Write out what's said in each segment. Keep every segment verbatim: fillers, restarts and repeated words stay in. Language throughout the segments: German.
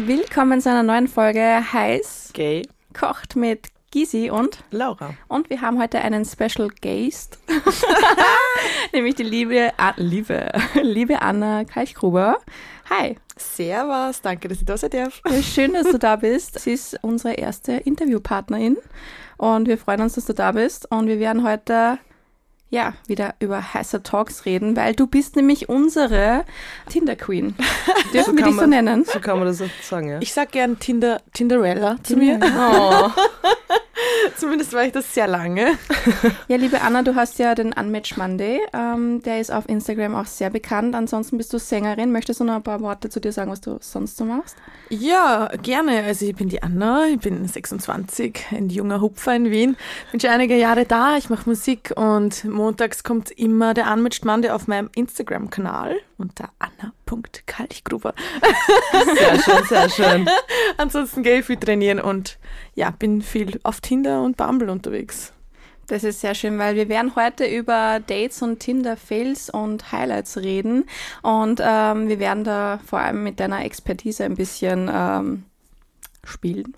Willkommen zu einer neuen Folge Heiß Gay kocht mit Gysi und Laura. Und wir haben heute einen Special Guest, nämlich die liebe, A- liebe, liebe Anna Kalchgruber. Hi. Servus, danke, dass ich da sein darf. Ja, schön, dass du da bist. Sie ist unsere erste Interviewpartnerin und wir freuen uns, dass du da bist. Und wir werden heute ja wieder über heiße Talks reden, weil du bist nämlich unsere Tinder-Queen. Dürfen So wir kann dich so man- nennen? So kann man das auch sagen, ja. Ich sag gern Tinder, Tinderella zu mir. Oh. Zumindest war ich das sehr lange. Ja, liebe Anna, du hast ja den Unmatched Monday. Ähm, der ist auf Instagram auch sehr bekannt. Ansonsten bist du Sängerin. Möchtest du noch ein paar Worte zu dir sagen, was du sonst so machst? Ja, gerne. Also ich bin die Anna, ich bin sechsundzwanzig, ein junger Hupfer in Wien. Bin schon einige Jahre da, ich mache Musik und montags kommt immer der Unmatched Monday auf meinem Instagram-Kanal unter anna punkt kalchgruber. Sehr schön, sehr schön. Ansonsten gehe ich viel trainieren und ja, bin viel auf Tinder und Bumble unterwegs. Das ist sehr schön, weil wir werden heute über Dates und Tinder-Fails und Highlights reden. Und ähm, wir werden da vor allem mit deiner Expertise ein bisschen ähm, spielen.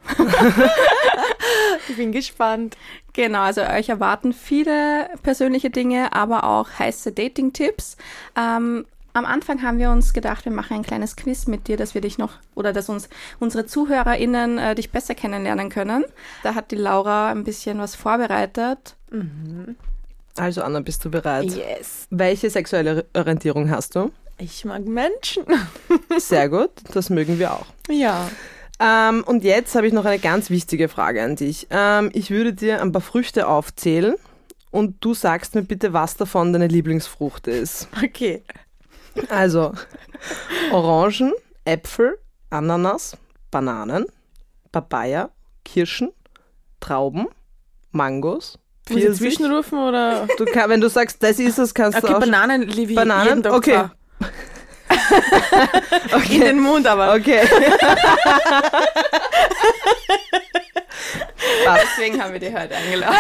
Ich bin gespannt. Genau, also euch erwarten viele persönliche Dinge, aber auch heiße Dating-Tipps. Ähm, am Anfang haben wir uns gedacht, wir machen ein kleines Quiz mit dir, dass wir dich noch, oder dass uns unsere ZuhörerInnen äh, dich besser kennenlernen können. Da hat die Laura ein bisschen was vorbereitet. Also Anna, bist du bereit? Yes. Welche sexuelle Orientierung hast du? Ich mag Menschen. Sehr gut, das mögen wir auch. Ja. Ähm, und jetzt habe ich noch eine ganz wichtige Frage an dich. Ähm, ich würde dir ein paar Früchte aufzählen und du sagst mir bitte, was davon deine Lieblingsfrucht ist. Okay. Also Orangen, Äpfel, Ananas, Bananen, Papaya, Kirschen, Trauben, Mangos, Muss ich Pfirsich. zwischenrufen oder? Du kann, wenn du sagst, das ist es, kannst Okay, du auch... Bananen liebe ich Bananen? jeden Tag Okay. zwar. Okay. In den Mund aber. Okay. Deswegen haben wir dich heute eingeladen.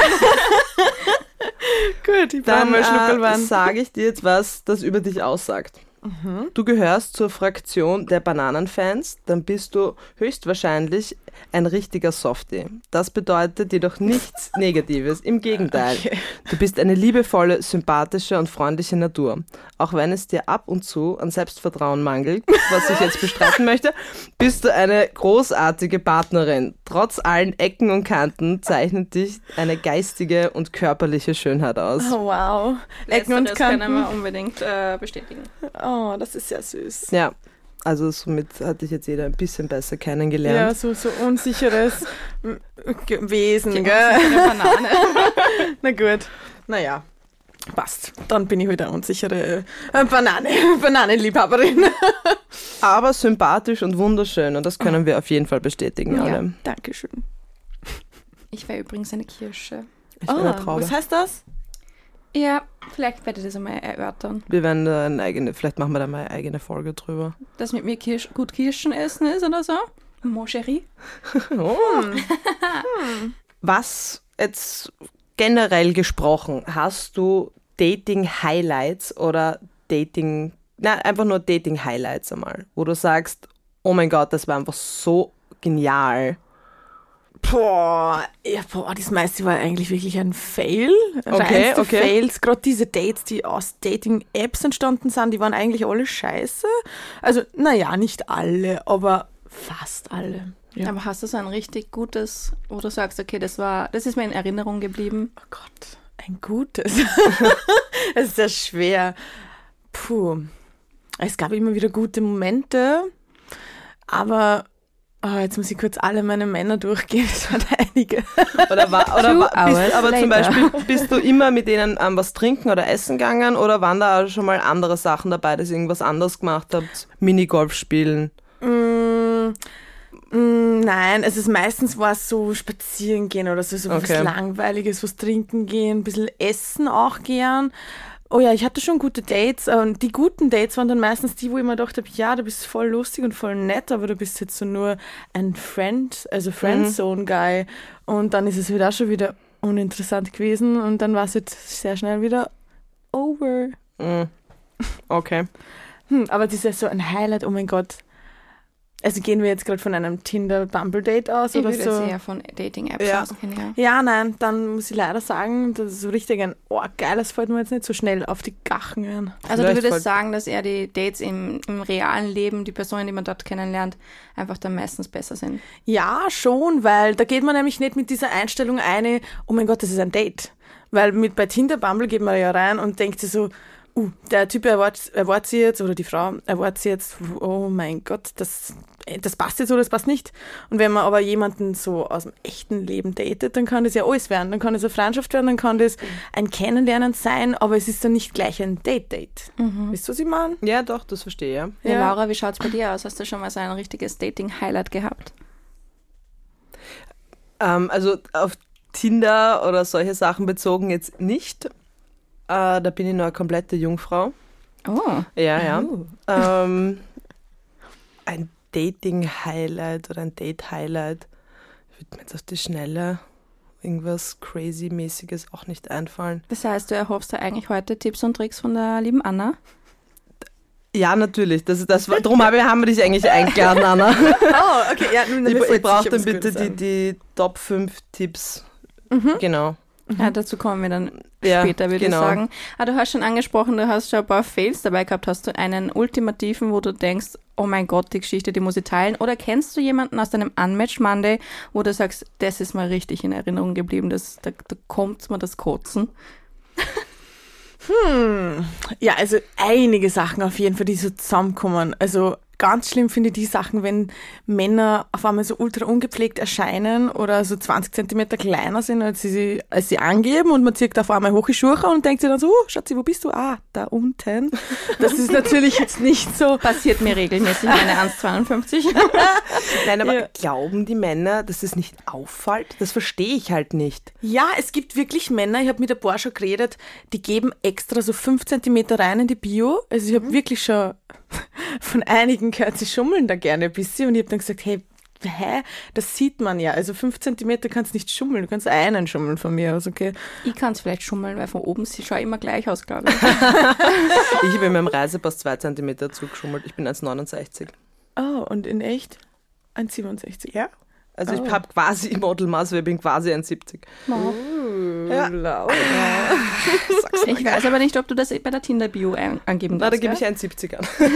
Gut, ich brauche Dann mal äh, Schluckelwein. sage ich dir jetzt was, das über dich aussagt. Du gehörst zur Fraktion der Bananenfans, dann bist du höchstwahrscheinlich ein richtiger Softie. Das bedeutet jedoch nichts Negatives, im Gegenteil. Okay. Du bist eine liebevolle, sympathische und freundliche Natur. Auch wenn es dir ab und zu an Selbstvertrauen mangelt, was ich jetzt bestreiten möchte, bist du eine großartige Partnerin. Trotz allen Ecken und Kanten zeichnet dich eine geistige und körperliche Schönheit aus. Oh, wow. Ecken und Das können Kanten. wir unbedingt äh, bestätigen. Oh, das ist ja süß. Ja, also somit hat dich jetzt jeder ein bisschen besser Ja, kennengelernt. so, so unsicheres m- Ge- Wesen, Die gell? unsichere Banane. Na gut. Naja, passt. Dann bin ich wieder unsichere äh, Banane, Bananenliebhaberin. Aber sympathisch und wunderschön und das können wir auf jeden Fall bestätigen, Ja, alle. Dankeschön. Ich wäre übrigens eine Kirsche. Ich bin eine Traube. was heißt das? Ja, vielleicht werde ich das einmal erörtern. Wir werden da eine eigene, vielleicht machen wir da mal eine eigene Folge drüber. Dass mit mir Kirsch, gut Kirschen essen ist oder so. Mon chéri. Oh. Was jetzt generell gesprochen, hast du Dating-Highlights oder Dating, nein, einfach nur Dating-Highlights einmal, wo du sagst, oh mein Gott, das war einfach so genial. Boah, ja, boah, das meiste war eigentlich wirklich ein Fail. Okay, Reinste okay. Fails. Gerade diese Dates, die aus Dating-Apps entstanden sind, die waren eigentlich alle scheiße. Also, naja, nicht alle, aber fast alle. Ja. Aber hast du so ein richtig gutes, wo du sagst, okay, das war, das ist mir in Erinnerung geblieben. Oh Gott, ein gutes. Es ist sehr schwer. Puh. Es gab immer wieder gute Momente, aber oh, jetzt muss ich kurz alle meine Männer durchgehen. Es waren einige. Oder war, oder Two war, hours bist, aber zum later. Beispiel, bist du immer mit denen ähm, was trinken oder essen gegangen oder waren da auch schon mal andere Sachen dabei, dass ihr irgendwas anderes gemacht habt? Minigolf spielen? Mm, mm, nein, es ist meistens war es so spazieren gehen oder so, so Okay. was Langweiliges, was trinken gehen, ein bisschen essen auch gern. Oh ja, ich hatte schon gute Dates. Und die guten Dates waren dann meistens die, wo ich mir gedacht habe, ja, du bist voll lustig und voll nett, aber du bist jetzt so nur ein Friend, also Friendzone-Guy. Und dann ist es wieder auch schon wieder uninteressant gewesen und dann war es jetzt sehr schnell wieder over. Mm. Okay. Hm, aber das ist ja so ein Highlight, oh mein Gott. Also gehen wir jetzt gerade von einem Tinder-Bumble-Date aus Ich oder würde so? jetzt eher von Dating-Apps Ja. ausgehen, ja. Ja, nein, dann muss ich leider sagen, das ist so richtig ein, oh geil, das fällt mir jetzt nicht so schnell auf die Gachen ein. Also du Vielleicht würdest voll- sagen, dass eher die Dates im, im realen Leben, die Personen, die man dort kennenlernt, einfach dann meistens besser sind. Ja, schon, weil da geht man nämlich nicht mit dieser Einstellung ein, oh mein Gott, das ist ein Date. Weil mit bei Tinder Bumble geht man ja rein und denkt sich so, uh, der Typ erwartet, erwartet sie jetzt, oder die Frau erwartet sie jetzt, oh mein Gott, das, das passt jetzt oder das passt nicht. Und wenn man aber jemanden so aus dem echten Leben datet, dann kann das ja alles werden. Dann kann das eine Freundschaft werden, dann kann das ein Kennenlernen sein, aber es ist dann nicht gleich ein Date-Date. Wisst ihr, was ich meine? Ja, doch, das verstehe ich. Ja. Ja, Ja. Laura, wie schaut's bei dir aus? Hast du schon mal so ein richtiges Dating-Highlight gehabt? Ähm, also auf Tinder oder solche Sachen bezogen jetzt nicht. Äh, da bin ich noch eine komplette Jungfrau. Oh, Ja, ja. Ähm, ein Dating-Highlight oder ein Date-Highlight. Wird mir jetzt auf die Schnelle irgendwas Crazy-mäßiges auch nicht einfallen. das heißt, du erhoffst dir eigentlich heute Tipps und Tricks von der lieben Anna? Ja, natürlich. Das, das, war- darum habe, haben wir dich eigentlich eingeladen, Anna. Oh, okay, ja, nun, Ich, ich brauche dann bitte die, die Top fünf Tipps. Genau. Ja, dazu kommen wir dann Ja, später, würde genau. ich sagen. Aber du hast schon angesprochen, du hast schon ein paar Fails dabei gehabt. Hast du einen ultimativen, wo du denkst, oh mein Gott, die Geschichte, die muss ich teilen? Oder kennst du jemanden aus deinem Unmatch Monday, wo du sagst, das ist mal richtig in Erinnerung geblieben, das, da, da kommt mir das Kotzen? Hm. Ja, also einige Sachen auf jeden Fall, die so zusammenkommen. Also ganz schlimm finde ich die Sachen, wenn Männer auf einmal so ultra ungepflegt erscheinen oder so zwanzig Zentimeter kleiner sind, als sie, als sie angeben und man zieht auf einmal hoch die Schuhe und denkt sich dann so, oh, Schatzi, wo bist du? Ah, da unten. Das ist natürlich jetzt nicht so. Passiert mir regelmäßig, meine eins Komma zweiundfünfzig. Nein, aber Ja. glauben die Männer, dass es nicht auffällt? Das verstehe ich halt nicht. Ja, es gibt wirklich Männer, ich habe mit ein paar schon geredet, die geben extra so fünf Zentimeter rein in die Bio. Also ich habe wirklich schon von einigen gehört, sie schummeln da gerne ein bisschen und ich habe dann gesagt, hey, hä, das sieht man ja. Also fünf Zentimeter kannst nicht schummeln, du kannst einen schummeln von mir aus, okay? Ich kann es vielleicht schummeln, weil von oben sie schaut immer gleich aus, glaube ich. Ich habe in meinem Reisepass zwei Zentimeter zugeschummelt. Ich bin eins Komma neunundsechzig. Oh, und in echt? eins Komma siebenundsechzig, ja? Also Oh. ich habe quasi im Modelmaß, weil ich bin quasi eins Komma siebzig. Wow. Ja. Laura. Ich weiß aber nicht, ob du das bei der Tinder-Bio ein- angeben Na, da darfst. gebe ich gell? eins Komma siebzig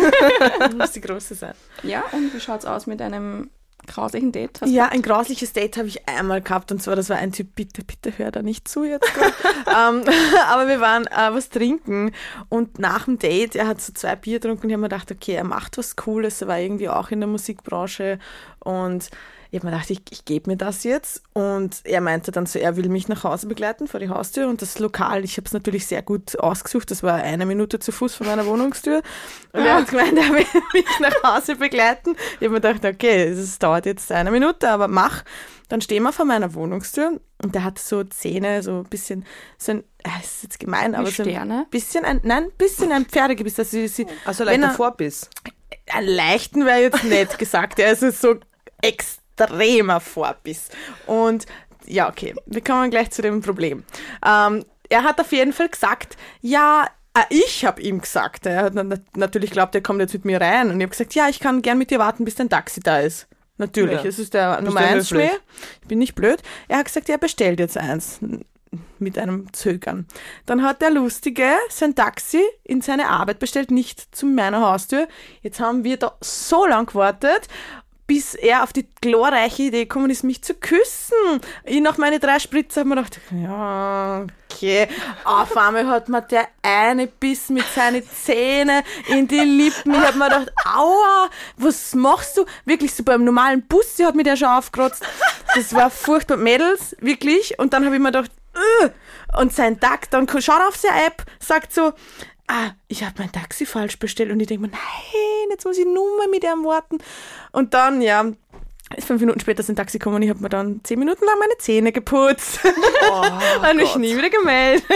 an. Muss die große sein. Ja, und wie schaut's aus mit einem grauslichen Date? Hast Ja, ein grausliches Date habe ich einmal gehabt und zwar, das war ein Typ, bitte, bitte hör da nicht zu jetzt gerade. ähm, aber wir waren äh, was trinken und nach dem Date, er hat so zwei Bier getrunken und ich habe mir gedacht, okay, er macht was Cooles, er war irgendwie auch in der Musikbranche und ich habe mir gedacht, ich, ich gebe mir das jetzt und er meinte dann so, er will mich nach Hause begleiten vor die Haustür und das Lokal, ich habe es natürlich sehr gut ausgesucht, das war eine Minute zu Fuß von meiner Wohnungstür und er hat gemeint, er will mich nach Hause begleiten. Ich habe mir gedacht, okay, es dauert jetzt eine Minute, aber mach. Dann stehen wir vor meiner Wohnungstür und der hat so Zähne, so ein bisschen, so ein, äh, ist jetzt gemein, aber so ein Sterne? bisschen ein, nein, ein bisschen ein Pferdegebiss. Also sie, sie, Also wenn leichter er- Vorbiss. einen leichten wäre jetzt nicht gesagt. Er ist so extremer Vorbiss. Und ja, okay, wir kommen gleich zu dem Problem. Ähm, er hat auf jeden Fall gesagt, ja, äh, ich habe ihm gesagt, er hat na- natürlich glaubt, er kommt jetzt mit mir rein. Und ich habe gesagt, ja, ich kann gern mit dir warten, bis dein Taxi da ist. Natürlich, Ja. es ist der Bist Nummer du eins höflich? Schmäh. Ich bin nicht blöd. Er hat gesagt, er bestellt jetzt eins. Mit einem Zögern. Dann hat der Lustige sein Taxi in seine Arbeit bestellt, nicht zu meiner Haustür. Jetzt haben wir da so lang gewartet, bis er auf die glorreiche Idee gekommen ist, mich zu küssen. Ich nach meine drei Spritzer habe mir gedacht, ja, okay. Auf einmal hat mir der eine Biss mit seinen Zähnen in die Lippen. Ich habe mir gedacht, aua, was machst du? Wirklich so beim normalen Bus, hat mir der schon aufgerotzt. Das war furchtbar. Mädels, wirklich. Und dann habe ich mir gedacht, Ugh. Und sein Tag, dann schaut er auf seine App, sagt so, ah, ich habe mein Taxi falsch bestellt. Und ich denke mir, nein, jetzt muss ich nur mal mit ihm warten. Und dann, ja, ist fünf Minuten später sein Taxi gekommen und ich habe mir dann zehn Minuten lang meine Zähne geputzt. Oh, und mich nie wieder gemeldet.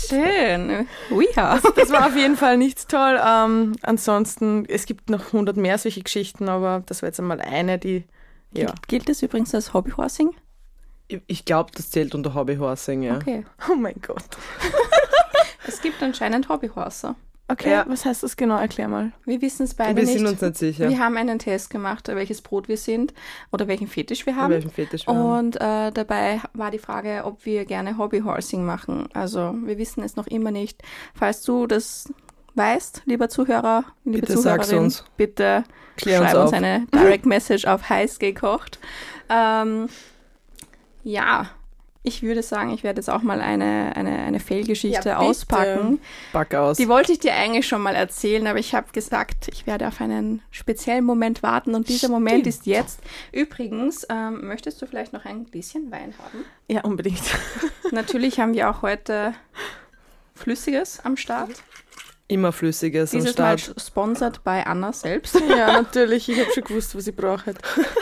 Schön. Uiha. Das war auf jeden Fall nicht toll. Ähm, ansonsten, es gibt noch hundert mehr solche Geschichten, aber das war jetzt einmal eine, die, ja. Gilt, gilt das übrigens als Hobbyhorsing? Ich, ich glaube, das zählt unter Hobbyhorsing, ja. Okay. Oh mein Gott. Es gibt anscheinend Hobbyhorser. Okay, Ja. was heißt das genau? Erklär mal. Wir wissen es beide Wir nicht. sind uns nicht sicher, Wir haben einen Test gemacht, welches Brot wir sind oder welchen Fetisch wir haben. welchen Fetisch wir haben. Und äh, dabei war die Frage, ob wir gerne Hobbyhorsing machen. Also wir wissen es noch immer nicht. Falls du das weißt, lieber Zuhörer, liebe Bitte sag's Zuhörerin, uns. bitte Klär uns schreib uns auf. eine Direct Message auf heiß gekocht. Ähm, ja, ich würde sagen, ich werde jetzt auch mal eine, eine, eine Fail-Geschichte Ja, bitte. auspacken. Pack aus. Die wollte ich dir eigentlich schon mal erzählen, aber ich habe gesagt, ich werde auf einen speziellen Moment warten und dieser Moment Stimmt. ist jetzt. Übrigens, ähm, möchtest du vielleicht noch ein Gläschen Wein haben? Ja, unbedingt. Natürlich haben wir auch heute Flüssiges am Start. Immer Flüssiges am Dieses Mal Start. sponsored bei Anna selbst. Ja, natürlich. Ich habe schon gewusst, was ich brauche.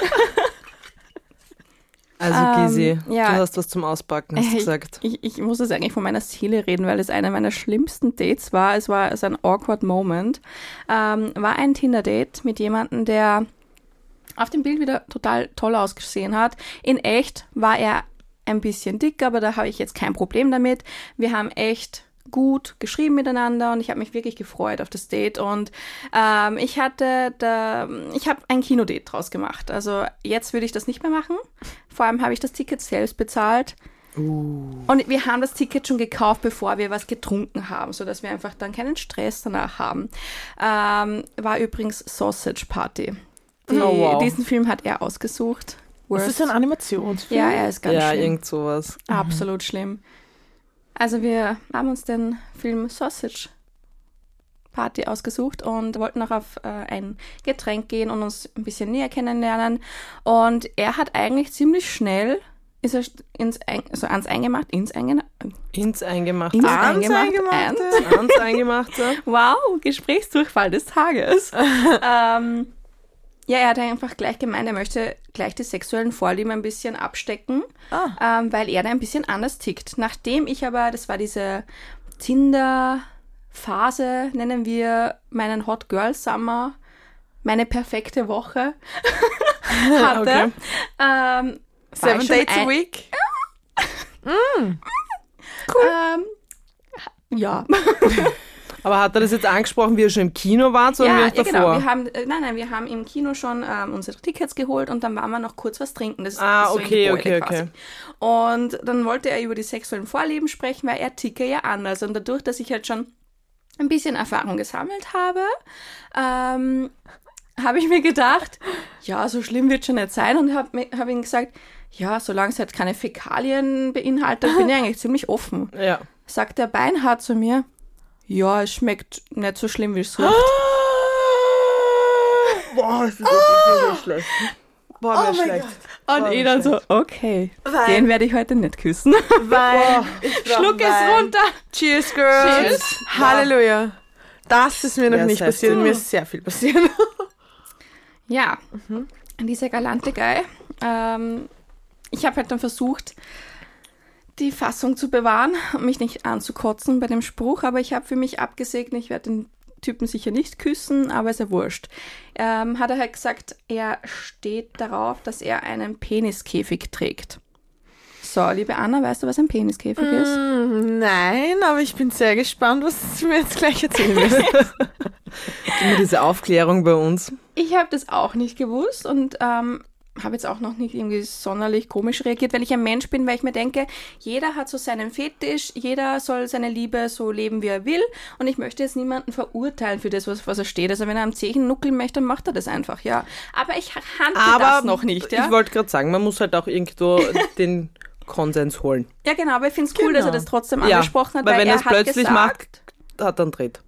Also Ähm, Gysi, ja. du hast was zum Auspacken, hast du Äh, gesagt. Ich, ich muss es eigentlich von meiner Seele reden, weil es einer meiner schlimmsten Dates war. Es war so ein awkward Moment. Ähm, war ein Tinder-Date mit jemandem, der auf dem Bild wieder total toll ausgesehen hat. In echt war er ein bisschen dick, aber da habe ich jetzt kein Problem damit. Wir haben echt gut geschrieben miteinander und ich habe mich wirklich gefreut auf das Date und ähm, ich hatte da, ich habe ein Kinodate draus gemacht. Also jetzt würde ich das nicht mehr machen. Vor allem habe ich das Ticket selbst bezahlt. Und wir haben das Ticket schon gekauft, bevor wir was getrunken haben, sodass wir einfach dann keinen Stress danach haben. Ähm, war übrigens Sausage Party. Die, Oh, wow. Diesen Film hat er ausgesucht. Das ist ein Animationsfilm. Ja, er ist ganz Ja, schlimm. irgend sowas. Absolut schlimm. Also wir haben uns den Film Sausage Party ausgesucht und wollten auch auf äh, ein Getränk gehen und uns ein bisschen näher kennenlernen. Und er hat eigentlich ziemlich schnell, ist er ins, Ein- also ans Eingemacht, ins Eingemacht, Ins Eingemachte. ins Ans Eingemacht, Eingemachte. ans- Ans Eingemachte. Wow, Gesprächsdurchfall des Tages. ähm, ja, er hat einfach gleich gemeint, er möchte gleich die sexuellen Vorlieben ein bisschen abstecken, Ah. ähm, weil er da ein bisschen anders tickt. Nachdem ich aber, das war diese Tinder-Phase, nennen wir meinen Hot Girl Summer, meine perfekte Woche hatte. Okay. Ähm, war Seven ich schon Dates a ein- Week. Ähm, ja. Aber hat er das jetzt angesprochen, wie er schon im Kino war, oder Ja, wie ja, davor? genau. Wir haben, äh, nein, nein, wir haben im Kino schon ähm, unsere Tickets geholt und dann waren wir noch kurz was trinken. Das Ah, ist so im okay, Gebäude okay, quasi. Und dann wollte er über die sexuellen Vorlieben sprechen, weil er ticke ja anders. Und dadurch, dass ich halt schon ein bisschen Erfahrung gesammelt habe, ähm, habe ich mir gedacht, ja, so schlimm wird schon nicht sein und habe hab ihm gesagt, ja, solange es halt keine Fäkalien beinhaltet, bin ich eigentlich ziemlich offen. Ja. Sagt der Beinhard zu mir, ja, es schmeckt nicht so schlimm, wie es riecht. Boah, das ist wirklich so schlecht. Boah, mir Oh ist mein schlecht. Und Boah, ich dann so, schlecht. okay, Wein. den werde ich heute nicht küssen. Wein. Ich brauch Schluck es Wein. runter. Cheers, Girls. Cheers. Halleluja. Das ist mir noch Ja, nicht sehr passiert. gut. Mir ist sehr viel passiert. Ja, dieser galante Guy. Ähm, ich habe halt dann versucht, die Fassung zu bewahren und mich nicht anzukotzen bei dem Spruch, aber ich habe für mich abgesegnet, ich werde den Typen sicher nicht küssen, aber ist ja wurscht. Ähm, hat er halt gesagt, er steht darauf, dass er einen Peniskäfig trägt. So, liebe Anna, weißt du, was ein Peniskäfig ist? Mm, Nein, aber ich bin sehr gespannt, was du mir jetzt gleich erzählen wirst. Immer diese Aufklärung bei uns. Ich habe das auch nicht gewusst und ähm, habe jetzt auch noch nicht irgendwie sonderlich komisch reagiert, weil ich ein Mensch bin, weil ich mir denke, jeder hat so seinen Fetisch, jeder soll seine Liebe so leben, wie er will und ich möchte jetzt niemanden verurteilen für das, was, was er steht. Also wenn er am Zehen nuckeln möchte, dann macht er das einfach, ja. Aber ich kannte das noch nicht, ja. Ich wollte gerade sagen, man muss halt auch irgendwo den Konsens holen. Ja, genau, aber ich finde es cool, dass er Genau. das trotzdem Ja, angesprochen hat, weil weil, wenn er er es hat plötzlich gesagt, macht, hat er einen Tritt.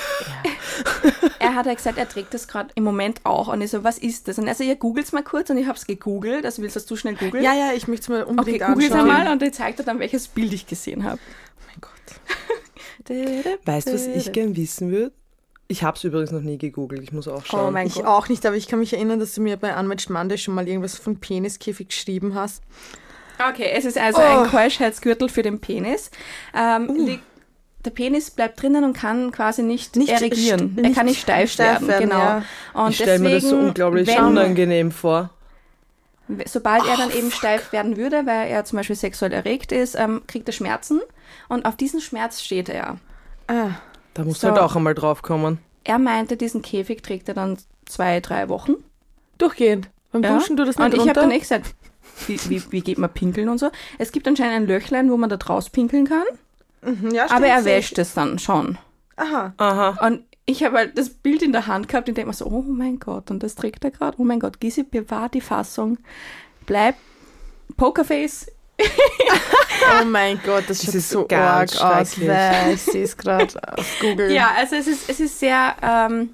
er hat ja gesagt, er trägt das gerade im Moment auch und ich so, was ist das? Und er so, ja, googelt's mal kurz und ich habe es gegoogelt, also willst du, dass du schnell googelst? Ja, ja, ich möchte es mal Okay, unbedingt googel's anschauen. einmal und dann zeigt er dann, welches Bild ich gesehen habe. Oh mein Gott. Weißt du, was ich gern wissen würde? Ich habe es übrigens noch nie gegoogelt, ich muss auch schauen. Oh mein Ich Gott. auch nicht, aber ich kann mich erinnern, dass du mir bei Unmatched Monday schon mal irgendwas von Peniskäfig geschrieben hast. Okay, es ist also Oh. ein Keuschheitsgürtel für den Penis. Ähm, liegt, der Penis bleibt drinnen und kann quasi nicht, Nicht erregieren. st- er kann nicht steif, steif werden, werden, genau. ja. Und ich stelle mir das so deswegen, unglaublich wenn, unangenehm vor. sobald er dann eben steif werden würde, weil er zum Beispiel sexuell erregt ist, ähm, kriegt er Schmerzen und auf diesen Schmerz steht er. Ah, Da musst So. du halt auch einmal drauf kommen. Er meinte, diesen Käfig trägt er dann zwei, drei Wochen. Durchgehend. Beim Ja. Duschen du das nicht Und ich habe runter? dann echt gesagt, wie, wie, wie geht man pinkeln und so. Es gibt anscheinend ein Löchlein, wo man da draus pinkeln kann, Mhm, ja, aber stimmt, er sehe wäscht es dann schon. ich. Aha. Aha. Und ich habe halt das Bild in der Hand gehabt und denke mir so, oh mein Gott, und das trägt er gerade. Oh mein Gott, Gysi, bewahr die Fassung. Bleib Pokerface. Oh mein Gott, das sieht ist so ganz arg aus. schrecklich. Weil ich sehe es gerade auf Google. Ja, also es ist, es ist sehr ähm,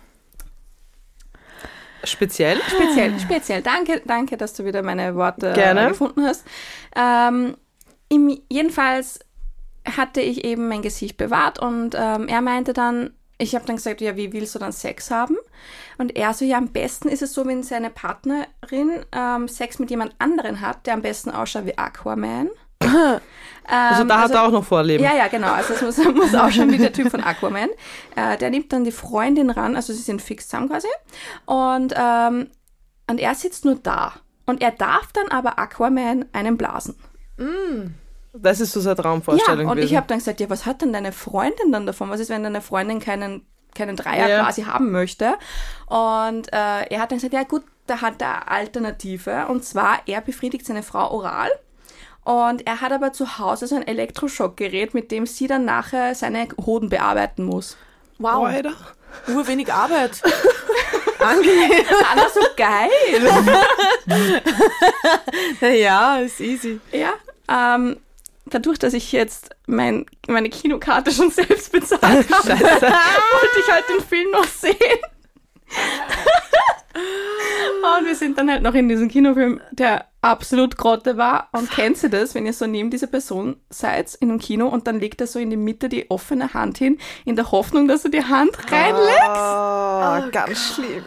Speziell? speziell. Speziell. Danke, danke, dass du wieder meine Worte Gerne. äh, gefunden hast. Ähm, im, jedenfalls hatte ich eben mein Gesicht bewahrt und ähm, er meinte dann, ich habe dann gesagt, ja, wie willst du dann Sex haben? Und er so, ja, am besten ist es so, wenn seine Partnerin ähm, Sex mit jemand anderen hat, der am besten ausschaut wie Aquaman. ähm, Also da hat er auch noch Vorleben. Ja, ja, genau. Also es muss, muss ausschauen wie der Typ von Aquaman. Äh, der nimmt dann die Freundin ran, also sie sind fix zusammen quasi. Und, ähm, und er sitzt nur da. Und er darf dann aber Aquaman einen blasen. Das ist so seine Traumvorstellung Ja, und ich gewesen. habe dann gesagt, ja, was hat denn deine Freundin dann davon? Was ist, wenn deine Freundin keinen, keinen Dreier Ja. quasi haben möchte? Und äh, er hat dann gesagt, ja gut, da hat er Alternative. Und zwar, er befriedigt seine Frau oral. Und er hat aber zu Hause so ein Elektroschockgerät, mit dem sie dann nachher seine Hoden bearbeiten muss. Wow, Alter. urwenig Arbeit. Angenehm. Anna, so geil! Ja, ist easy. Ja, ähm, dadurch, dass ich jetzt mein, meine Kinokarte schon selbst bezahlt habe, wollte ich halt den Film noch sehen. Und wir sind dann halt noch in diesem Kinofilm, der absolut Grotte war. Und kennt ihr das, wenn ihr so neben dieser Person seid in einem Kino und dann legt er so in die Mitte die offene Hand hin, in der Hoffnung, dass du die Hand reinlegst? Oh, ganz schlimm.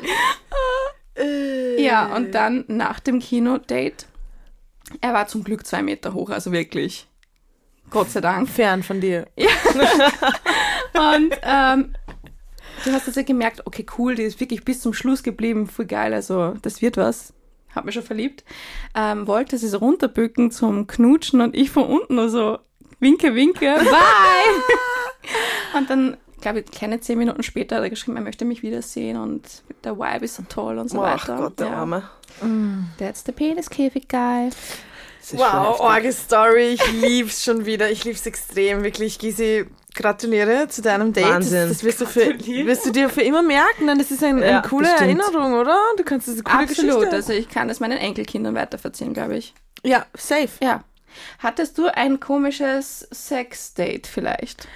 Ja, und dann nach dem Kinodate, er war zum Glück zwei Meter hoch, also wirklich, Gott sei Dank. Fern von dir. Und ähm, du hast also gemerkt, okay, cool, die ist wirklich bis zum Schluss geblieben, voll geil, also das wird was. Hab mich schon verliebt. Ähm, wollte sie so runterbücken zum Knutschen und ich von unten nur so, winke, winke, bye! Und dann, glaube ich, kleine zehn Minuten später hat er geschrieben, er möchte mich wiedersehen und der Vibe ist so toll und so Ach weiter. Gott, der Ja. Arme. That's the Penis-Käfig-Guy. Das ist schon Wow, heftig. orge Story. Ich lieb's schon wieder. Ich lieb's extrem. Wirklich, Gysi, gratuliere zu deinem Date. Wahnsinn. Das, das wirst, du für, wirst du dir für immer merken. Denn das ist ein, Ja, eine coole das stimmt. Erinnerung, oder? Du kannst diese coole Absolut, Geschichte. also ich kann das meinen Enkelkindern weiterverzählen, glaube ich. Ja, safe. Ja. Hattest du ein komisches Sex-Date vielleicht?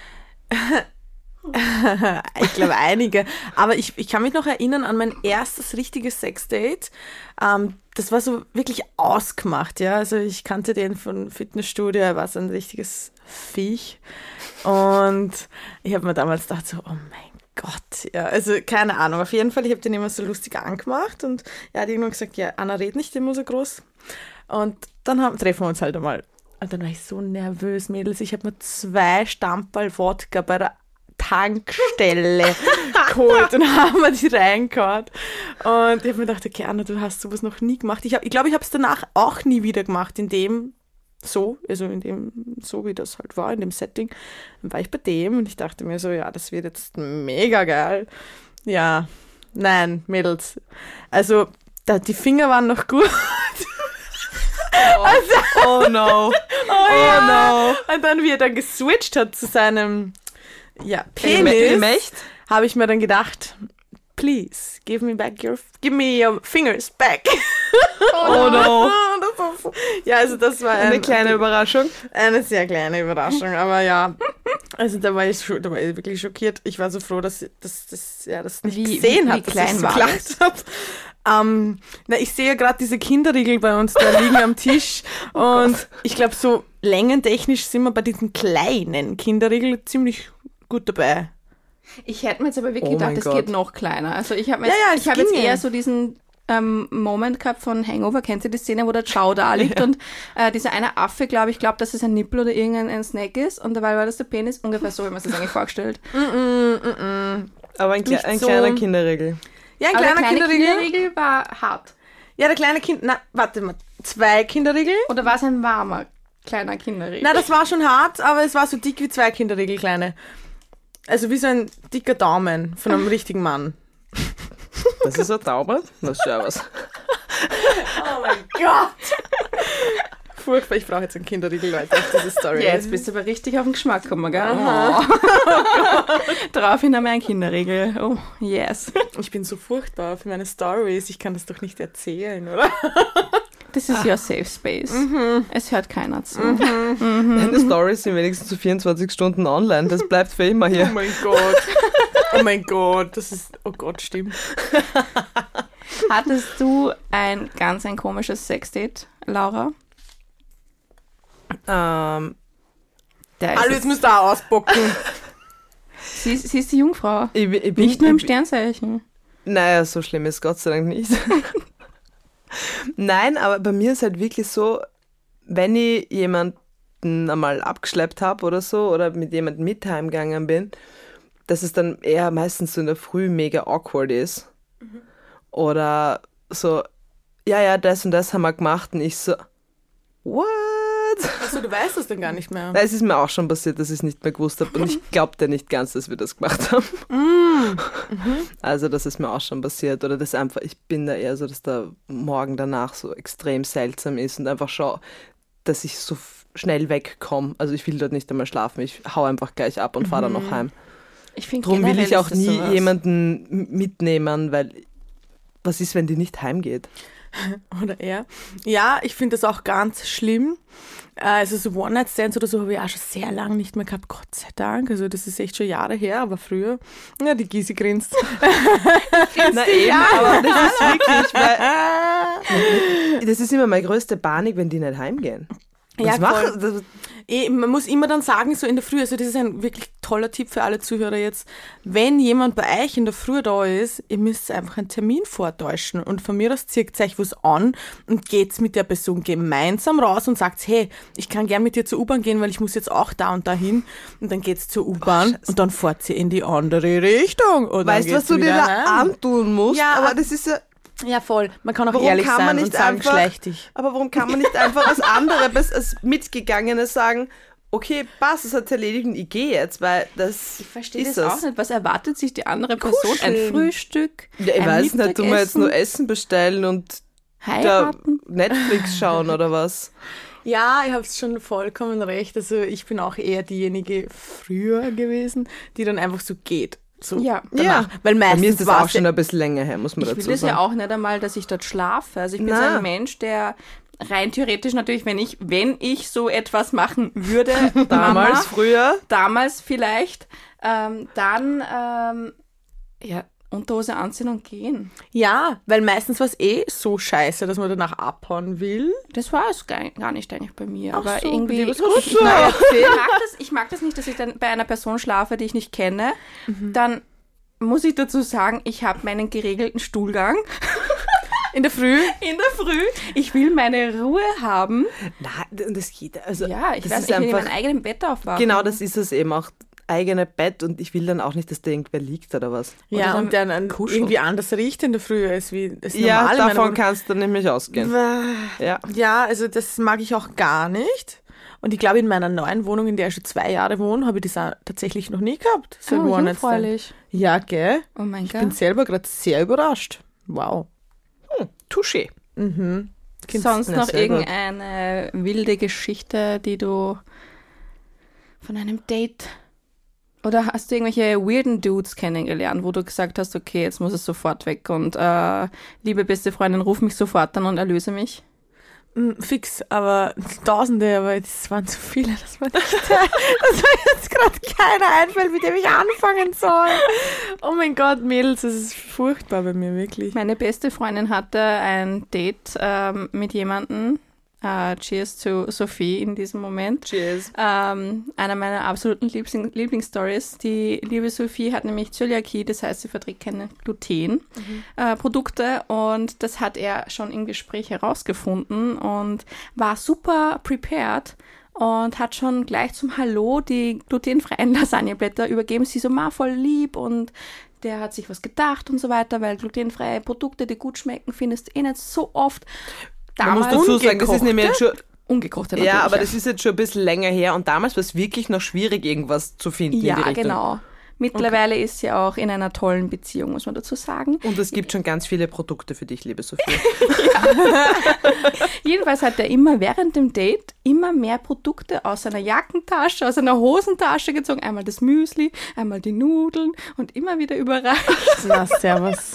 Ich glaube einige. Aber ich, ich kann mich noch erinnern an mein erstes richtiges Sexdate. Ähm, das war so wirklich ausgemacht, ja. Also ich kannte den von Fitnessstudio, er war so ein richtiges Viech. Und ich habe mir damals gedacht so, oh mein Gott, ja. Also keine Ahnung, auf jeden Fall, ich habe den immer so lustig angemacht und er hat irgendwann gesagt, ja, Anna, red nicht immer so groß. Und dann haben, treffen wir uns halt einmal. Und dann war ich so nervös, Mädels. Ich habe mir zwei Stamperl Wodka bei der Tankstelle geholt und haben wir die reingehauen. Und ich habe mir gedacht, okay, Anna, du hast sowas noch nie gemacht. Ich glaube, ich, glaub, ich habe es danach auch nie wieder gemacht, in dem so, also in dem, so wie das halt war, in dem Setting. Dann war ich bei dem und ich dachte mir so, ja, das wird jetzt mega geil. Ja, nein, Mädels. Also, da, die Finger waren noch gut. Oh no. Oh, ja. no. Und dann, wie er dann geswitcht hat zu seinem ja, Penis, Gemächt? habe ich mir dann gedacht, please, give me back your, give me your fingers back. Oh no. Das war so- ja, also das war Eine ein, kleine Überraschung. eine sehr kleine Überraschung, aber ja, also da war ich, scho- da war ich wirklich schockiert. Ich war so froh, dass dass, dass ja, das nicht Wie- gesehen wie- hat, wie dass klein ich so war gelacht habe. Ähm, na, ich sehe ja gerade diese Kinderriegel bei uns da liegen am Tisch und ich glaube, so längentechnisch sind wir bei diesen kleinen Kinderriegel ziemlich gut dabei. Ich hätte mir jetzt aber wirklich Oh gedacht, mein es Gott. geht noch kleiner. Also ich habe Ja, jetzt, ja, es ich hab jetzt ginge. eher so diesen ähm, Moment gehabt von Hangover. Kennt ihr die Szene, wo der Chow da liegt und äh, dieser eine Affe, glaube ich, glaubt, dass es ein Nippel oder irgendein ein Snack ist und dabei war das der Penis. Ungefähr so, wie man es sich eigentlich vorgestellt. Aber ein, Kle Nicht ein so. kleiner Kinderregel. Ja, ein Aber der kleiner kleine Kinderriegel. Kinderriegel war hart. Ja, der kleine Kind, na, warte mal, zwei Kinderriegel? Oder war es ein warmer kleiner Kinderriegel? Na, das war schon hart, aber es war so dick wie zwei Kinderriegel kleine. Also wie so ein dicker Daumen von einem richtigen Mann. Das ist ein Daumen? Das ist ja was. Oh mein Gott! Furchtbar, ich brauche jetzt einen Kinderriegel, Leute, auf diese Story. Ja, jetzt bist du aber richtig auf den Geschmack gekommen, gell? Oh. Oh daraufhin haben wir einen Kinderriegel. Oh, yes. Ich bin so furchtbar für meine Stories. Ich kann das doch nicht erzählen, oder? Das ist your safe space. Mhm. Es hört keiner zu. Mhm. Mhm. Deine Stories sind wenigstens zu vierundzwanzig Stunden online. Das bleibt für immer hier. Oh mein Gott. Oh mein Gott, das ist... Oh Gott, stimmt. Hattest du ein ganz ein komisches Sexdate, Laura? Ähm, Der ist Hallo, jetzt müsst ihr auch ausbocken. Sie, sie ist die Jungfrau. ich, ich bin, Nicht nur im ich, Sternzeichen. Naja, so schlimm ist Gott sei Dank nicht. Nein, aber bei mir ist halt wirklich so, wenn ich jemanden einmal abgeschleppt habe oder so oder mit jemandem mit heimgegangen bin, dass es dann eher meistens so in der Früh mega awkward ist. Mhm. Oder so, ja, ja, das und das haben wir gemacht und ich so, what? Achso, du weißt das dann gar nicht mehr. Nein, es ist mir auch schon passiert, dass ich es nicht mehr gewusst habe und ich glaubte nicht ganz, dass wir das gemacht haben. Mm. Mhm. Also das ist mir auch schon passiert. Oder das einfach, ich bin da eher so, dass der Morgen danach so extrem seltsam ist und einfach schaue, dass ich so f- schnell wegkomme. Also ich will dort nicht einmal schlafen, ich hau einfach gleich ab und fahre dann noch heim. Ich finde Darum will ich auch nie sowas. jemanden m- mitnehmen, weil was ist, wenn die nicht heimgeht? Oder er. Ja, ich finde das auch ganz schlimm. Also so One-Night-Stands oder so habe ich auch schon sehr lange nicht mehr gehabt, Gott sei Dank. Also das ist echt schon Jahre her, aber früher, ja, die Gysi grinst. Na eben, aber das ist wirklich, weil das ist immer meine größte Panik, wenn die nicht heimgehen. Ja, Was machen, das, Eh, man muss immer dann sagen, so in der Früh, also das ist ein wirklich toller Tipp für alle Zuhörer jetzt, wenn jemand bei euch in der Früh da ist, ihr müsst einfach einen Termin vortäuschen und von mir aus zieht euch was an und geht mit der Person gemeinsam raus und sagt, hey, ich kann gern mit dir zur U-Bahn gehen, weil ich muss jetzt auch da und da hin und dann geht's zur U-Bahn Oh, und dann fährt sie in die andere Richtung. Und weißt du, dann was du geht's dir wieder da heim. antun musst? Ja, aber ab- das ist ja... Ja, voll. Man kann auch Warum ehrlich kann sein man nicht und sagen, einfach- schleich dich. Aber warum kann man nicht einfach als andere, als als Mitgegangene sagen, okay, passt, das hat erledigt und ich gehe jetzt, weil das Ich verstehe ist das es. auch nicht. Was erwartet sich die andere Person? Ein Kuscheln. Frühstück? Ja, ich ein weiß nicht, du mal jetzt nur Mittagessen, Essen bestellen und da heiraten? Netflix schauen oder was? Ja, ihr habt schon vollkommen recht. Also ich bin auch eher diejenige früher gewesen, die dann einfach so geht. So Ja. danach. Weil Bei meistens mir ist das war's auch schon ein bisschen länger her, muss man Ich will dazu das sagen. ja auch nicht einmal, dass ich dort schlafe. Also ich bin so Na. ein Mensch, der rein theoretisch natürlich, wenn ich, wenn ich so etwas machen würde, Damals, Mama, früher, damals vielleicht, ähm, dann ähm, ja, Unterhose anziehen und gehen. Ja, weil meistens war es eh so scheiße, dass man danach abhauen will. Das war es gar gar nicht eigentlich bei mir. Ach aber so, irgendwie, bei dir war's ich, gut. na, ich, mag das, ich mag das nicht, dass ich dann bei einer Person schlafe, die ich nicht kenne. Dann muss ich dazu sagen, ich habe meinen geregelten Stuhlgang In der Früh. in der Früh. Ich will meine Ruhe haben. nein, das geht. Also, Ja, ich das weiß, ist ich will in einfach, meinem eigenen Bett aufwachen. genau, das ist es eben auch, eigene Bett und ich will dann auch nicht, dass da irgendwer liegt oder was. Ja, dann und der dann kuscheln. irgendwie anders riecht in der Früh als wie das Ja, normal in meiner davon Wohnung. kannst du nämlich ausgehen. Ja. Ja, also das mag ich auch gar nicht. Und ich glaube, in meiner neuen Wohnung, in der ich schon zwei Jahre wohne, habe ich das auch tatsächlich noch nie gehabt. So ein Oh, One-Night-Stand. jungfräulich. Ja, gell? Oh mein Ich bin Gott. selber gerade sehr überrascht. Wow. Touché. Mhm. Sonst Na, noch sehr gut. irgendeine wilde Geschichte, die du von einem Date oder hast du irgendwelche weirden Dudes kennengelernt, wo du gesagt hast, okay, jetzt muss es sofort weg und äh, liebe beste Freundin, ruf mich sofort an und erlöse mich? Mm, Fix, aber Tausende, aber das waren zu viele, dass man nicht, dass mir jetzt gerade keiner einfällt, mit dem ich anfangen soll. Oh mein Gott, Mädels, das ist furchtbar bei mir, wirklich. Meine beste Freundin hatte ein Date ähm, mit jemandem. Äh, cheers zu Sophie in diesem Moment. Cheers. Ähm, einer meiner absoluten Liebling- Lieblingsstories. Die liebe Sophie hat nämlich Zöliakie, das heißt, sie verträgt keine Gluten-Produkte und das hat er schon im Gespräch herausgefunden und war super prepared und hat schon gleich zum Hallo die glutenfreien Lasagneblätter übergeben. Sie so, ma, voll lieb und der hat sich was gedacht und so weiter, weil glutenfreie Produkte, die gut schmecken, findest du eh nicht so oft. Man muss Damals dazu sagen, das ist nämlich jetzt schon, ungekochte natürlich. ja, aber das ist jetzt schon ein bisschen länger her und damals war es wirklich noch schwierig, irgendwas zu finden in die Ja, Richtung. genau. Mittlerweile okay. ist sie auch in einer tollen Beziehung, muss man dazu sagen. Und es gibt schon ganz viele Produkte für dich, liebe Sophie. Jedenfalls hat er immer während dem Date immer mehr Produkte aus seiner Jackentasche, aus seiner Hosentasche gezogen. Einmal das Müsli, einmal die Nudeln und immer wieder überreicht. Na, servus.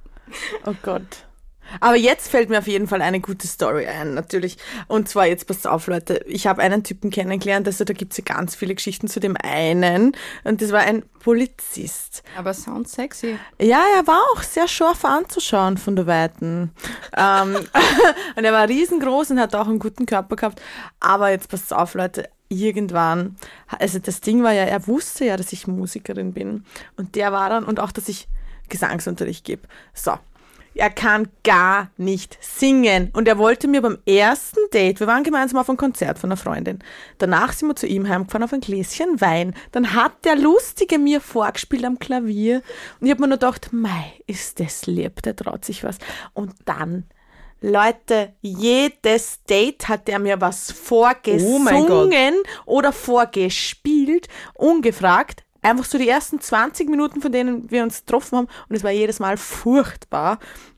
Oh Gott. Aber jetzt fällt mir auf jeden Fall eine gute Story ein, natürlich. Und zwar, jetzt passt auf, Leute, ich habe einen Typen kennengelernt, also da gibt es ja ganz viele Geschichten zu dem einen. Und das war ein Polizist. Aber sound sexy. Ja, er war auch sehr scharf anzuschauen von der Weiten. ähm, und er war riesengroß und hat auch einen guten Körper gehabt. Aber jetzt passt auf, Leute, irgendwann, also das Ding war ja, er wusste ja, dass ich Musikerin bin. Und der war dann, und auch, dass ich Gesangsunterricht gebe. So. Er kann gar nicht singen. Und er wollte mir beim ersten Date, wir waren gemeinsam auf einem Konzert von einer Freundin, danach sind wir zu ihm heimgefahren auf ein Gläschen Wein. Dann hat der Lustige mir vorgespielt am Klavier. Und ich habe mir nur gedacht, mei, ist das lieb, der traut sich was. Und dann, Leute, jedes Date hat er mir was vorgesungen oh oder vorgespielt, ungefragt. Einfach so die ersten zwanzig Minuten, von denen wir uns getroffen haben. Und es war jedes Mal furchtbar.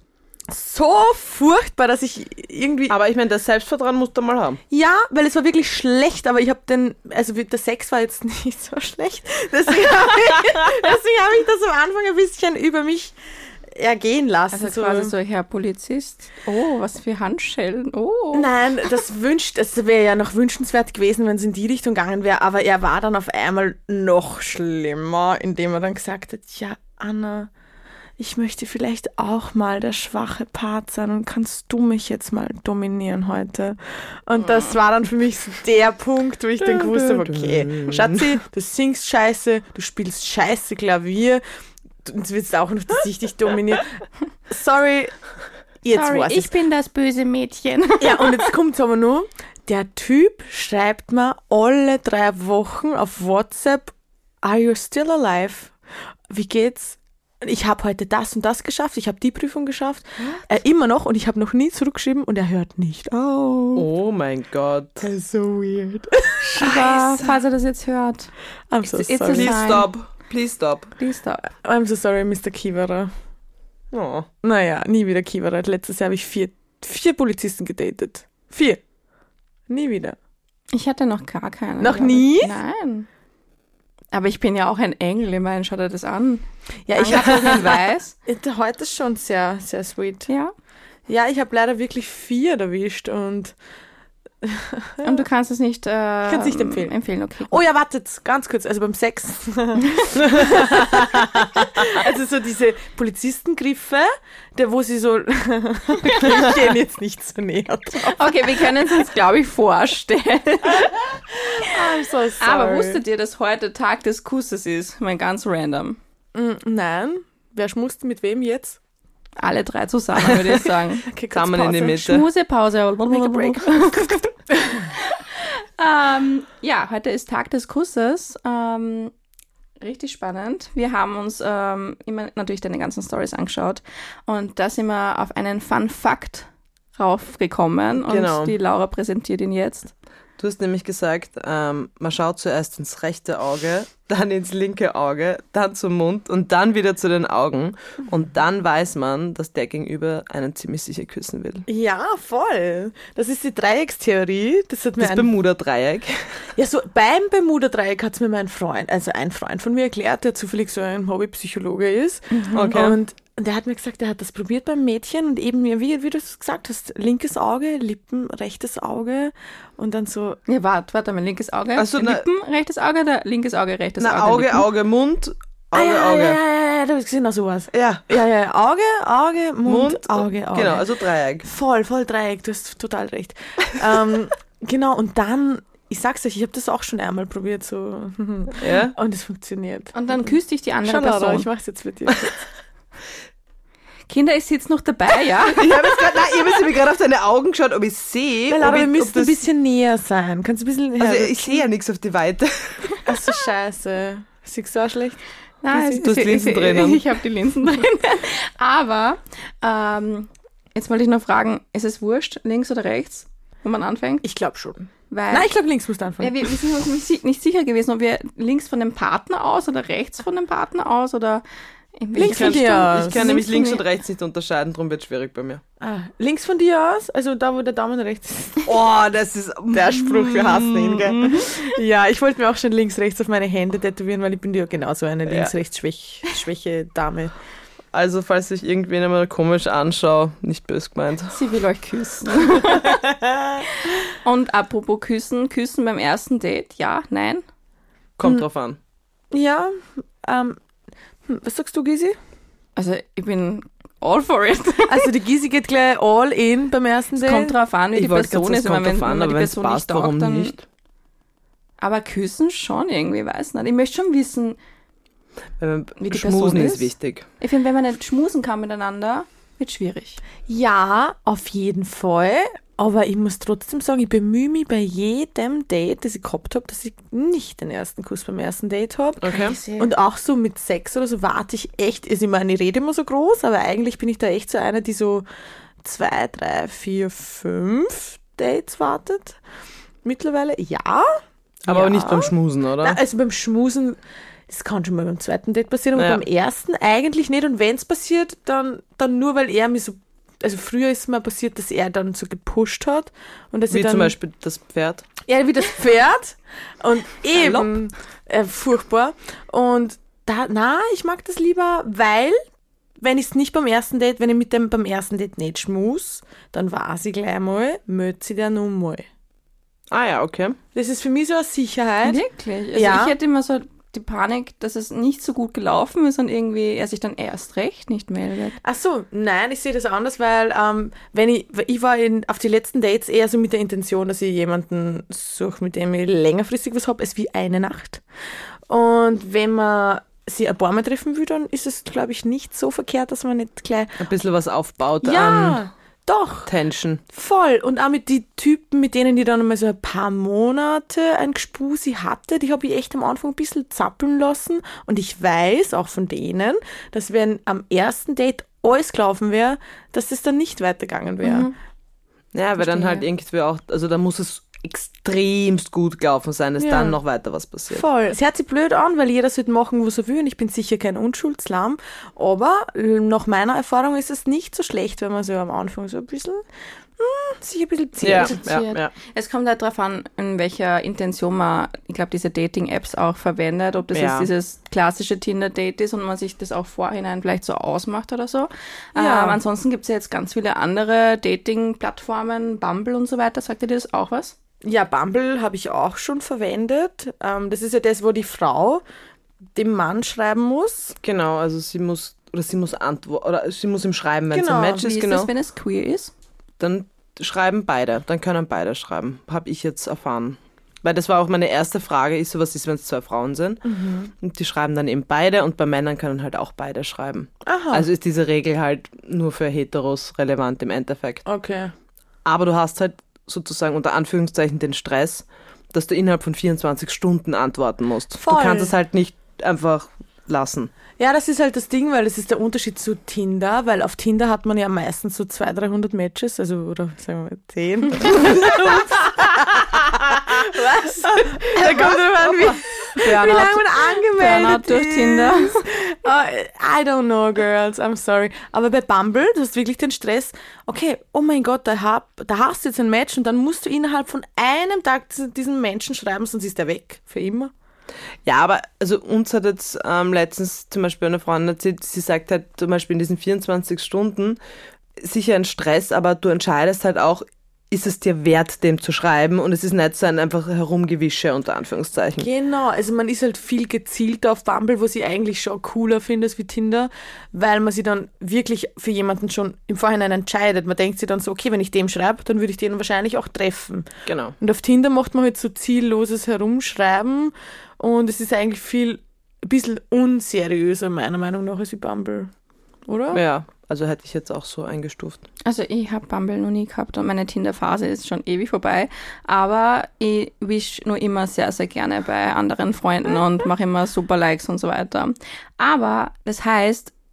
So furchtbar, dass ich irgendwie... Aber ich meine, das Selbstvertrauen musst du mal haben. Ja, weil es war wirklich schlecht. Aber ich habe den... Also der Sex war jetzt nicht so schlecht. Deswegen habe ich, deswegen hab ich das am Anfang ein bisschen über mich ergehen lassen. Also quasi so, Herr Polizist, oh, was für Handschellen, oh. Nein, das wünscht, es wäre ja noch wünschenswert gewesen, wenn es in die Richtung gegangen wäre, aber er war dann auf einmal noch schlimmer, indem er dann gesagt hat, ja, Anna, ich möchte vielleicht auch mal der schwache Part sein und kannst du mich jetzt mal dominieren heute? Und das war dann für mich so der Punkt, wo ich dann gewusst habe, okay, Schatzi, du singst scheiße, du spielst scheiße Klavier, jetzt wird es auch noch, dass ich dich dominiere. Sorry, jetzt Sorry, weiß ich bin das böse Mädchen. Ja, und jetzt kommt es aber nur, der Typ schreibt mir alle drei Wochen auf WhatsApp, are you still alive? Wie geht's? Ich habe heute das und das geschafft, ich habe die Prüfung geschafft, äh, immer noch, und ich habe noch nie zurückgeschrieben und er hört nicht auf. Oh mein Gott. Das ist so weird. Scheiße. Falls er das jetzt hört. I'm so It's, it's sorry. Please stop. Please stop. Please stop. I'm so sorry, Mister Kiewerer. Oh. Naja, nie wieder Kiewerer. Letztes Jahr habe ich vier, vier Polizisten gedatet. Vier. Nie wieder. Ich hatte noch gar keinen. Noch nie? Ich. Nein. Aber ich bin ja auch ein Engel, ich meine, schau dir das an. Ja, ich habe einen Weiß. Heute ist schon sehr, sehr sweet. Ja. Ja, ich habe leider wirklich vier erwischt und Und du kannst es nicht, äh, kannst nicht empfehlen. empfehlen okay. Oh ja, wartet, ganz kurz, also beim Sex. Also so diese Polizistengriffe, der, wo sie so, wir gehen jetzt nicht so näher drauf. Okay, wir können es uns, glaube ich, vorstellen. I'm so sorry. Aber wusstet ihr, dass heute Tag des Kusses ist? Mal ganz random. Mm, nein, wer schmust mit wem jetzt? Alle drei zusammen, würde ich sagen. Okay, Zusammen in die Mitte. Schmusepause. Make a break. ähm, ja, heute ist Tag des Kusses. Ähm, richtig spannend. Wir haben uns ähm, immer natürlich deine ganzen Stories angeschaut und da sind wir auf einen Fun Fact raufgekommen und Genau. die Laura präsentiert ihn jetzt. Du hast nämlich gesagt, ähm, man schaut zuerst ins rechte Auge, dann ins linke Auge, dann zum Mund und dann wieder zu den Augen. Und dann weiß man, dass der Gegenüber einen ziemlich sicher küssen will. Ja, voll. Das ist die Dreieckstheorie. Das hat mir Das ein Bermuda-Dreieck. Ja, so beim Bermuda-Dreieck hat es mir mein Freund, also ein Freund von mir erklärt, der zufällig so ein Hobbypsychologe ist. Okay. Und, und der hat mir gesagt, der hat das probiert beim Mädchen und eben, wie, wie du es gesagt hast, linkes Auge, Lippen, rechtes Auge und dann so. Ja, warte, warte mal, linkes Auge, Ach so, na- Lippen, rechtes Auge, oder linkes Auge, rechtes Na, Auge, Auge, Lippen? Auge, Mund, Ah, Auge, ja, Auge. ja, ja, ja, du hast gesehen, auch sowas. Ja. Ja, ja, ja, Auge, Auge, Mund, Mund, Auge, Auge. Genau, also Dreieck. Voll, voll Dreieck, du hast total recht. ähm, genau, und dann, ich sag's euch, ich habe das auch schon einmal probiert, so. Ja. Und es funktioniert. Und dann küsst dich die andere Schau, Laura, Person. ich mach's jetzt für dich. Kinder, ich sitze noch dabei, ja? Ich habe jetzt gerade, nein, ich habe jetzt gerade auf deine Augen geschaut, ob ich sehe. Weil, aber ob wir ich, müssen ob das, ein bisschen näher sein. Kannst du ein bisschen Also her- ich sehe ja nichts auf die Weite. Ach so, scheiße. Siehst du auch schlecht? Nein, Du hast Linsen drinnen. Ich habe die Linsen drinnen. Aber ähm, jetzt wollte ich noch fragen, ist es wurscht, links oder rechts, wo man anfängt? Ich glaube schon. Weil, Nein, ich glaube, links musst du anfangen. ja, wir, wir sind uns nicht, si- nicht sicher gewesen, ob wir links von dem Partner aus oder rechts von dem Partner aus oder in welche Links von Richtung. dir aus. Ich kann nämlich von links mir. und rechts nicht unterscheiden, darum wird es schwierig bei mir. Ah, links von dir aus, also da, wo der Daumen rechts ist. Oh, das ist Der Spruch, wir hassen ihn, gell? Ja, ich wollte mir auch schon links, rechts auf meine Hände tätowieren, weil ich bin ja genauso eine Links-Rechts-Schwäche-Dame. Also, falls ich irgendwen einmal komisch anschaue, nicht böse gemeint. Sie will euch küssen. Und apropos küssen, küssen beim ersten Date, ja, nein? Kommt Hm. drauf an. Ja, ähm, hm, was sagst du, Gysi? Also ich bin all for it. Also die Gysi geht gleich all in beim ersten Es Date. kommt drauf an, wie die Ich wollte Person gerade ist. sagen, es Ich meine, kommt drauf wenn, an, wenn aber die wenn es Person passt, nicht warum taugt, dann... nicht? Aber küssen schon irgendwie, weiß nicht. Ich möchte schon wissen, Wenn Wie die Schmusen Person ist ist? wichtig. ich finde, wenn man nicht schmusen kann miteinander, wird schwierig. Ja, auf jeden Fall. Aber ich muss trotzdem sagen, ich bemühe mich bei jedem Date, das ich gehabt habe, dass ich nicht den ersten Kuss beim ersten Date habe. Okay. Und auch so mit Sex oder so warte ich echt, also ich meine, ich rede immer so groß, aber eigentlich bin ich da echt so eine, die so zwei, drei, vier, fünf Dates wartet. Mittlerweile, ja. Aber ja. auch nicht beim Schmusen, oder? Na, also beim Schmusen, das kann schon mal beim zweiten Date passieren, aber Ja. beim ersten eigentlich nicht. Und wenn es passiert, dann, dann nur, weil er mich so, also früher ist mir passiert, dass er dann so gepusht hat. Und dass Wie ich dann, zum Beispiel das Pferd. Ja, wie das Pferd. Und eben, äh, furchtbar. Und da, na, ich mag das lieber, weil, wenn ich es nicht beim ersten Date, wenn ich mit dem beim ersten Date nicht schmus, dann weiß ich gleich mal, möchte sie der nun mal. Ah ja, okay. Das ist für mich so eine Sicherheit. Wirklich? Also Ja. ich hätte immer so die Panik, dass es nicht so gut gelaufen ist und irgendwie er sich dann erst recht nicht meldet. Ach so, nein, ich sehe das anders, weil ähm, wenn ich, weil ich war in, auf die letzten Dates eher so mit der Intention, dass ich jemanden suche, mit dem ich längerfristig was habe, als wie eine Nacht. Und wenn man sie ein paar Mal treffen will, dann ist es, glaube ich, nicht so verkehrt, dass man nicht gleich... Ein bisschen was aufbaut an Ja, doch, Tension. voll. Und auch mit den Typen, mit denen ich dann mal so ein paar Monate ein Gspusi hatte, die habe ich echt am Anfang ein bisschen zappeln lassen. Und ich weiß auch von denen, dass wenn am ersten Date alles gelaufen wäre, dass das dann nicht weitergegangen wäre. Mhm. Ja, weil dann Verstehe. halt irgendwie auch, also da muss es extremst gut gelaufen sein, dass Ja. dann noch weiter was passiert. Voll. Es hört sich blöd an, weil jeder sollte machen, was er will und ich bin sicher kein Unschuldslamm, aber äh, nach meiner Erfahrung ist es nicht so schlecht, wenn man so am Anfang so ein bisschen, hm, sich ein bisschen zieht. Ja, Zieht. ja, ja. Es kommt halt darauf an, in welcher Intention man, ich glaube, diese Dating-Apps auch verwendet, ob das Ja. jetzt dieses klassische Tinder-Date ist und man sich das auch vorhinein vielleicht so ausmacht oder so. Ja. Ähm, ansonsten gibt es ja jetzt ganz viele andere Dating-Plattformen, Bumble und so weiter. Sagt ihr das auch was? Ja, Bumble habe ich auch schon verwendet. Ähm, das ist ja das, wo die Frau dem Mann schreiben muss. Genau, also sie muss, oder sie muss antworten, oder sie muss ihm schreiben, wenn es Genau, ein Match Wie ist, ist genau. das, wenn es queer ist? Dann schreiben beide, dann können beide schreiben. Habe ich jetzt erfahren. Weil das war auch meine erste Frage, ist so, was ist, wenn es zwei Frauen sind? Mhm. Und die schreiben dann eben beide und bei Männern können halt auch beide schreiben. Aha. Also ist diese Regel halt nur für Heteros relevant im Endeffekt. Okay. Aber du hast halt sozusagen unter Anführungszeichen den Stress, dass du innerhalb von vierundzwanzig Stunden antworten musst. Voll. Du kannst es halt nicht einfach lassen. Ja, das ist halt das Ding, weil das ist der Unterschied zu Tinder, weil auf Tinder hat man ja meistens so zweihundert, dreihundert Matches, also, oder sagen wir mal zehn. Was? Da kommt drauf an, wie, wie lange man Burnout angemeldet durch ist. Tinder. Oh, I don't know, girls, I'm sorry. Aber bei Bumble, du hast wirklich den Stress, okay, oh mein Gott, da, hab, da hast du jetzt ein Match und dann musst du innerhalb von einem Tag diesen Menschen schreiben, sonst ist er weg, für immer. Ja, aber also uns hat jetzt ähm, letztens zum Beispiel eine Freundin erzählt, sie sagt halt zum Beispiel in diesen vierundzwanzig Stunden sicher ein Stress, aber du entscheidest halt auch, ist es dir wert, dem zu schreiben und es ist nicht so ein einfach Herumgewische unter Anführungszeichen. Genau, also man ist halt viel gezielter auf Bumble, was ich eigentlich schon cooler finde als wie Tinder, weil man sich dann wirklich für jemanden schon im Vorhinein entscheidet. Man denkt sich dann so, okay, wenn ich dem schreibe, dann würde ich den wahrscheinlich auch treffen. Genau. Und auf Tinder macht man halt so zielloses Herumschreiben und es ist eigentlich viel, ein bisschen unseriöser meiner Meinung nach als wie Bumble, oder? Ja, also hätte ich jetzt auch so eingestuft. Also ich habe Bumble noch nie gehabt und meine Tinder-Phase ist schon ewig vorbei, aber ich wisch nur immer sehr, sehr gerne bei anderen Freunden und mache immer super Likes und so weiter. Aber das heißt,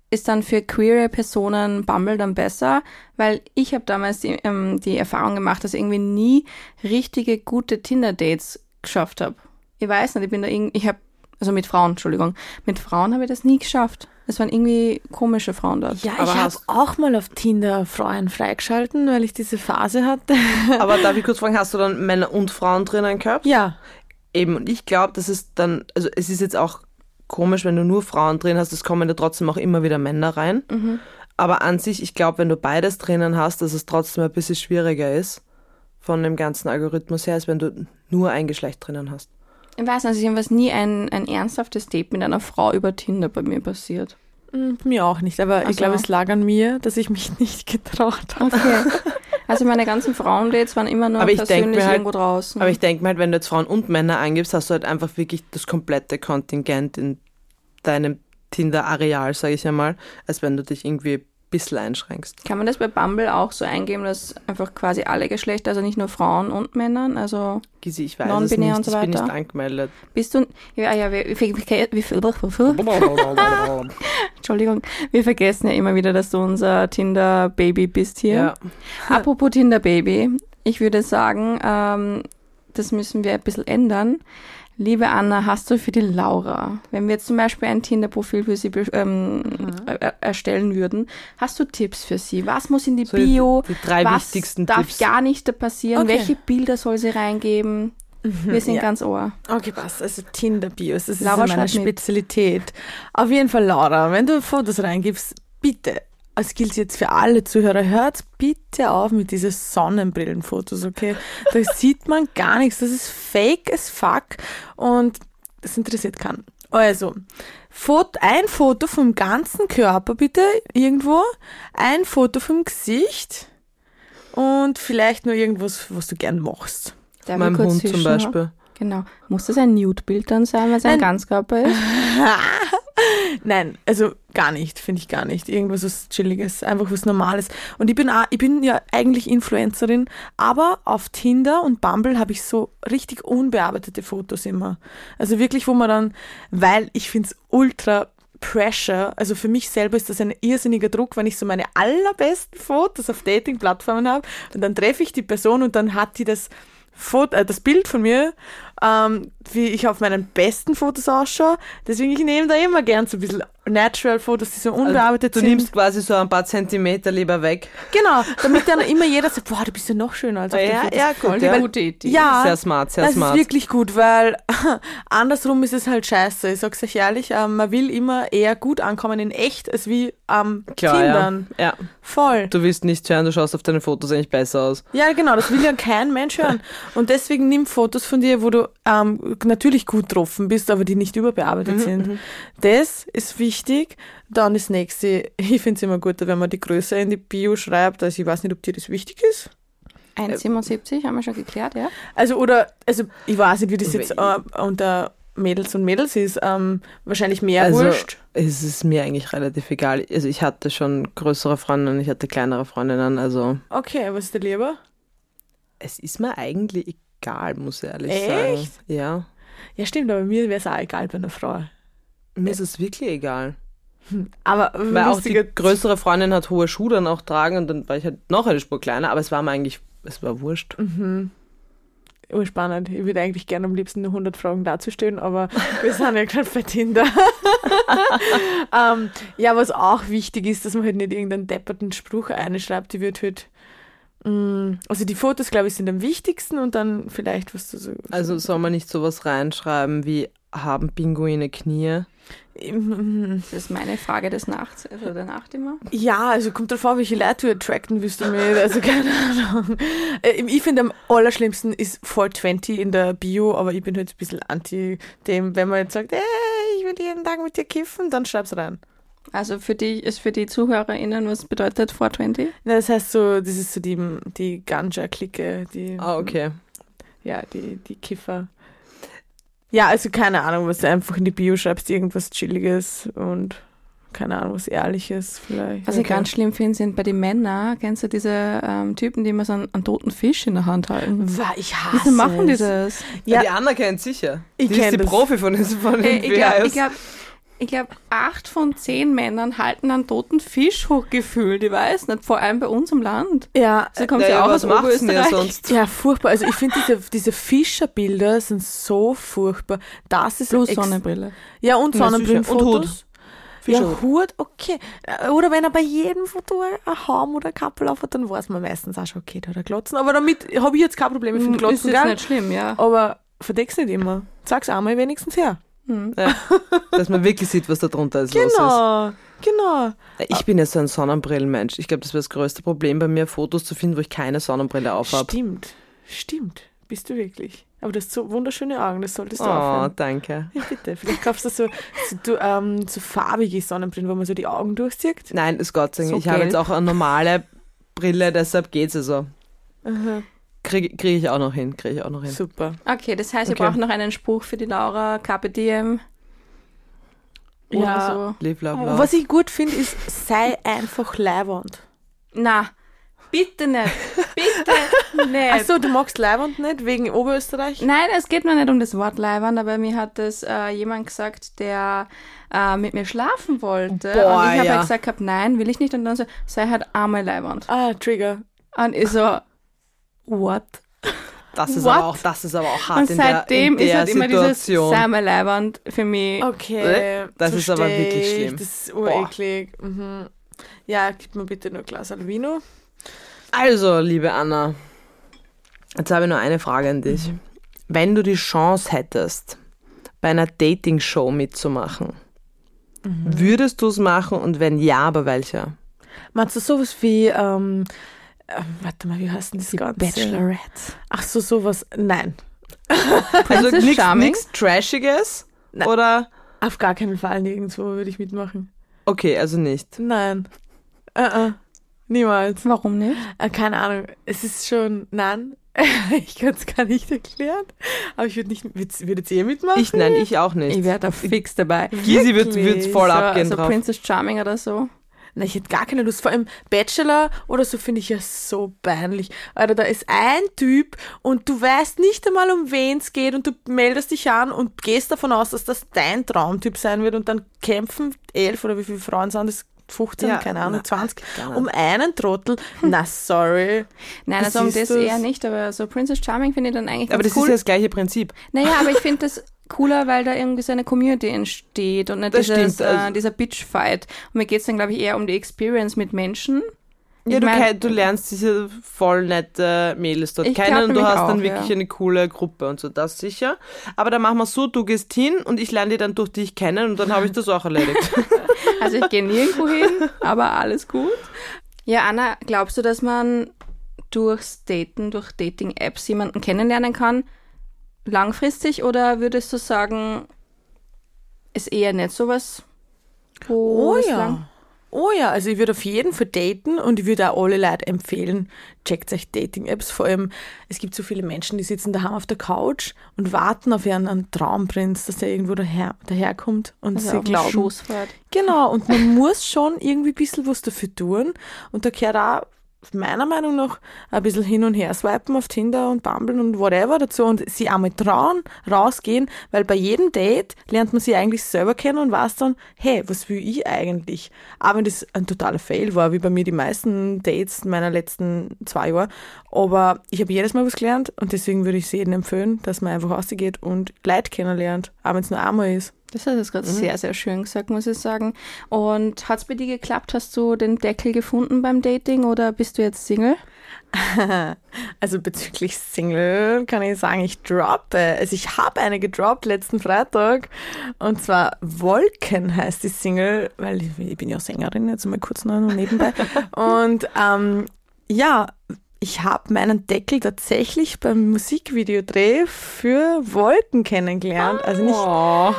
ist dann für queere Personen Bumble dann besser? Weil ich habe damals die, ähm, die Erfahrung gemacht, dass ich irgendwie nie richtige, gute Tinder-Dates geschafft habe. Ich weiß nicht, ich bin da irgendwie, ich habe, also mit Frauen, Entschuldigung, mit Frauen habe ich das nie geschafft. Es waren irgendwie komische Frauen dort. Ja, Aber ich habe hast- auch mal auf Tinder Frauen freigeschalten, weil ich diese Phase hatte. Aber darf ich kurz fragen, hast du dann Männer und Frauen drinnen gehabt? Ja. Eben, und ich glaube, das ist dann, also es ist jetzt auch komisch, wenn du nur Frauen drin hast, es kommen ja trotzdem auch immer wieder Männer rein. Mhm. Aber an sich, ich glaube, wenn du beides drinnen hast, dass es trotzdem ein bisschen schwieriger ist von dem ganzen Algorithmus her, als wenn du nur ein Geschlecht drinnen hast. Ich weiß nicht, also jedenfalls nie ein, ein ernsthaftes Date mit einer Frau über Tinder bei mir passiert. Hm, mir auch nicht, aber Ach ich glaube, so. es lag an mir, dass ich mich nicht getraut habe. Okay. Also meine ganzen Frauendates waren immer nur Aber ich denk persönlich mir halt- irgendwo draußen. Aber ich denke mal, wenn du jetzt Frauen und Männer eingibst, hast du halt einfach wirklich das komplette Kontingent in deinem Tinder-Areal, sage ich einmal, als wenn du dich irgendwie ein bisschen einschränkst. Kann man das bei Bumble auch so eingeben, dass einfach quasi alle Geschlechter, also nicht nur Frauen und Männern, also Gisi, ich weiß es Non-binär nicht, und so ich bin weiter. nicht angemeldet. bist du, ja, ja, wir, wir, wir, wir, Entschuldigung, wir vergessen ja immer wieder, dass du unser Tinder-Baby bist hier. Ja. Apropos Tinder-Baby, ich würde sagen, ähm, das müssen wir ein bisschen ändern. Liebe Anna, hast du für die Laura, wenn wir jetzt zum Beispiel ein Tinder-Profil für sie be- ähm, er- erstellen würden, hast du Tipps für sie? Was muss in die So die- Bio? die drei was wichtigsten darf Tipps. gar nicht da passieren? Okay. Welche Bilder soll sie reingeben? Wir sind ja. ganz ohr. Okay, passt. Also Tinder-Bios, das ist Laura, ja meine schreib mit. Spezialität. Auf jeden Fall, Laura, wenn du Fotos reingibst, bitte, es gilt jetzt für alle Zuhörer, hört bitte auf mit diesen Sonnenbrillenfotos, okay? Da sieht man gar nichts, das ist fake as fuck und das interessiert keinen. Also, Foto, ein Foto vom ganzen Körper bitte, irgendwo, ein Foto vom Gesicht und vielleicht nur irgendwas, was du gern machst. Darf ich Meinem kurz Hund zum zwischen- Beispiel. Genau. Muss das ein Nude-Bild dann sein, weil es ein Nein. Ganzkörper ist? Nein, also gar nicht, finde ich gar nicht. Irgendwas was Chilliges, einfach was Normales. Und ich bin, auch, ich bin ja eigentlich Influencerin, aber auf Tinder und Bumble habe ich so richtig unbearbeitete Fotos immer. Also wirklich, wo man dann, weil ich finde es ultra Pressure, also für mich selber ist das ein irrsinniger Druck, wenn ich so meine allerbesten Fotos auf Dating-Plattformen habe und dann treffe ich die Person und dann hat die das Foto, äh, das Bild von mir, ähm, wie ich auf meinen besten Fotos ausschaue. Deswegen, ich nehme da immer gern so ein bisschen Natural-Fotos, die so unbearbeitet Also, du sind. nimmst quasi so ein paar Zentimeter lieber weg. Genau, damit dann immer jeder sagt, boah, du bist ja noch schöner als auf den Ja, Fotos. ja, gut. Voll die Ja. gute Idee. Ja, Sehr smart, sehr das smart. ist wirklich gut, weil andersrum ist es halt scheiße. Ich sag's euch ehrlich, ähm, man will immer eher gut ankommen in echt, als wie am Klar, Tindern. ja. ja. Voll. Du willst nicht hören, du schaust auf deine Fotos eigentlich besser aus. Ja, genau, das will ja kein Mensch hören. Und deswegen nimm Fotos von dir, wo du ähm, natürlich gut getroffen bist, aber die nicht überbearbeitet sind. Das ist wichtig. Dann das nächste, ich finde es immer gut, wenn man die Größe in die Bio schreibt. Also ich weiß nicht, ob dir das wichtig ist. eins Komma siebenundsiebzig, haben wir schon geklärt, ja? Also oder, also ich weiß nicht, wie das jetzt äh, unter Mädels und Mädels ist. Ähm, wahrscheinlich mehr Also wurscht. es ist mir eigentlich relativ egal. Also ich hatte schon größere Freundinnen, ich hatte kleinere Freundinnen, also Okay, was ist dir lieber? es ist mir eigentlich egal, muss ich ehrlich Echt? sagen. Ja, Ja, stimmt, aber mir wäre es auch egal bei einer Frau. mir ist es wirklich egal. Aber Weil auch die lustiger größere Freundin hat hohe Schuhe dann auch tragen und dann war ich halt noch eine Spur kleiner, aber es war mir eigentlich, es war wurscht. Oh, spannend. Ich würde eigentlich gerne am liebsten nur hundert Fragen dazu stellen, aber wir sind ja gerade bei Tinder. ähm, ja, was auch wichtig ist, dass man halt nicht irgendeinen depperten Spruch einschreibt, die wird halt, mh, also die Fotos, glaube ich, sind am wichtigsten und dann vielleicht was du so. Also soll man nicht sowas reinschreiben wie, haben Pinguine Knie? Das ist meine Frage des Nachts, also der Nacht immer. Ja, also kommt drauf an, welche Leute du attracten willst du mit, also keine Ahnung. Äh, Ich finde am allerschlimmsten ist vier zwanzig in der Bio, aber ich bin halt ein bisschen anti dem, wenn man jetzt sagt, ey, ich will jeden Tag mit dir kiffen, dann schreib's rein. Also für die ist für die ZuhörerInnen, was bedeutet vier zwanzig? Na, das heißt so, das ist so die, die Ganja-Clique, die, Ah, okay. ja, die, die Kiffer. Ja, also keine Ahnung, was du einfach in die Bio schreibst, irgendwas Chilliges und keine Ahnung, was Ehrliches vielleicht. Was ich Okay. ganz schlimm finde, sind bei den Männern, kennst du diese ähm, Typen, die immer so einen, einen toten Fisch in der Hand halten? Wa- Ich hasse Wieso machen die es. das? Ja. Ja. Die Anna kennt sicher. Ich die ist kenn die das. Profi von, von den Äh, ich glaube, V Is. glaub, ich glaube, acht von zehn Männern halten einen toten Fisch hochgefühlt. Ich weiß nicht, vor allem bei uns im Land. Ja, So kommt Naja, ja auch was aus macht's denn ihr Oberösterreich. sonst? ja, furchtbar. Also ich finde, diese, diese Fischerbilder sind so furchtbar. Das ist Plus ex- Sonnenbrille. Ja, und Na, Sonnenbrillenfotos. sicher. Und Ja, Fischerhut. Hut, okay. Oder wenn er bei jedem Foto ein Haum oder ein Kappel auf hat, dann weiß man meistens auch schon, okay, da hat er Glotzen. Aber damit habe ich jetzt kein Problem. Ich finde Ist Glotzen jetzt geil. nicht schlimm, ja. Aber verdeck's nicht immer. Sag's einmal wenigstens her. Ja, dass man wirklich sieht, was da drunter ist, los ist. Genau, genau. Ich bin ja so ein Sonnenbrillenmensch. Ich glaube, das wäre das größte Problem bei mir, Fotos zu finden, wo ich keine Sonnenbrille aufhab. Stimmt, stimmt. Bist du wirklich. Aber du hast so wunderschöne Augen, das solltest du Oh, aufhören. danke. Ja, bitte. Vielleicht kaufst du so, so, du, ähm, so farbige Sonnenbrillen, wo man so die Augen durchzieht. Nein, ist Gott sei Dank. So ich habe gelb. jetzt auch eine normale Brille, deshalb geht's also. Aha. Kriege krieg ich auch noch hin, kriege ich auch noch hin. Super. Okay, das heißt, wir Okay. brauchen noch einen Spruch für die Laura, Carpe Diem. Oder Ja. so. Live, love, love. Was ich gut finde, ist, sei einfach leiwand. Na, bitte nicht. Bitte nicht. Achso, du magst Leiwand nicht wegen Oberösterreich? Nein, es geht mir nicht um das Wort Leibwand, aber mir hat das äh, jemand gesagt, der äh, mit mir schlafen wollte. Boah, und ich habe ja. halt gesagt, hab, nein, will ich nicht. Und dann so, sei halt einmal Leibwand. Ah, Trigger. Und ich so, what? Das ist What? aber auch, das ist aber auch hart Und in der, in seitdem der ist halt immer dieses, Situation. sei mal Leibwand für mich. Okay. Das ist aber versteh wirklich ich. schlimm. Das ist ureklig. Mhm. Ja, gib mir bitte nur ein Glas Alvino. Also, liebe Anna, jetzt habe ich nur eine Frage an dich. Mhm. Wenn du die Chance hättest, bei einer Dating-Show mitzumachen, Mhm. würdest du es machen und wenn ja, aber welcher? Meinst du sowas wie, ähm, äh, warte mal, wie heißt denn das Ganze? Bachelorette. Ach so, sowas. Nein. Also Princess nichts Charming? nichts Trashiges? Nein. Oder? Auf gar keinen Fall nirgendwo würde ich mitmachen. Okay, also nicht. Nein. Uh -uh. Niemals. Warum nicht? Äh, keine Ahnung. Es ist schon, nein. Ich kann es gar nicht erklären. Aber ich würde nicht, würd- würdet ihr mitmachen? Ich, nein, ich auch nicht. Ich wäre da fix dabei. Gysi wird, wird voll so, abgehen so drauf. Princess Charming oder so. Na, ich hätte gar keine Lust. Vor allem Bachelor oder so finde ich ja so peinlich. Alter, da ist ein Typ und du weißt nicht einmal, um wen es geht und du meldest dich an und gehst davon aus, dass das dein Traumtyp sein wird und dann kämpfen elf oder wie viele Frauen sind das? fünfzehn, Ja, keine Ahnung, na, zwanzig, gar nicht. um einen Trottel. Na, sorry. Nein, Was also um ist das, das? eher nicht, aber so Princess Charming finde ich dann eigentlich Aber ganz das cool. ist ja das gleiche Prinzip. Naja, aber ich finde das cooler, weil da irgendwie so eine Community entsteht und nicht Das dieses, stimmt, also- äh, dieser Bitch-Fight. Und mir geht es dann, glaube ich, eher um die Experience mit Menschen. Ja, Ich du, mein- kei- du lernst diese voll nette Mädels dort Ich kennen glaub und du nämlich hast dann auch, wirklich ja. eine coole Gruppe und so, das sicher. Aber dann machen wir so, du gehst hin und ich lerne die dann durch dich kennen und dann habe ich das auch erledigt. Also ich gehe nirgendwo hin, aber alles gut. Ja, Anna, glaubst du, dass man durchs Daten, durch Dating-Apps jemanden kennenlernen kann, langfristig, oder würdest du sagen, ist eher nicht sowas? Oh es ja. lang- Oh ja, also ich würde auf jeden Fall daten und ich würde auch alle Leute empfehlen, checkt euch Dating-Apps. Vor allem, es gibt so viele Menschen, die sitzen daheim auf der Couch und warten auf ihren einen Traumprinz, dass der irgendwo daher, daherkommt und Also sie auf den glauben. Schoß fährt. Genau, und man muss schon irgendwie ein bisschen was dafür tun. Und da gehört auch meiner Meinung nach ein bisschen hin und her swipen auf Tinder und Bumble und whatever dazu und sie einmal trauen, rausgehen, weil bei jedem Date lernt man sie eigentlich selber kennen und weiß dann, hey, was will ich eigentlich? Auch wenn das ein totaler Fail war, wie bei mir die meisten Dates meiner letzten zwei Jahre. Aber ich habe jedes Mal was gelernt und deswegen würde ich es jedem empfehlen, dass man einfach rausgeht und Leute kennenlernt, auch wenn es nur einmal ist. Das hast du jetzt gerade Mhm. sehr, sehr schön gesagt, muss ich sagen. Und hat es bei dir geklappt? Hast du den Deckel gefunden beim Dating oder bist du jetzt Single? Also bezüglich Single kann ich sagen, ich droppe. Also ich habe eine gedroppt letzten Freitag und zwar Wolken heißt die Single, weil ich, ich bin ja Sängerin, jetzt mal kurz noch nebenbei. Und ähm, ja, ich habe meinen Deckel tatsächlich beim Musikvideodreh für Wolken kennengelernt. Also nicht, Oh.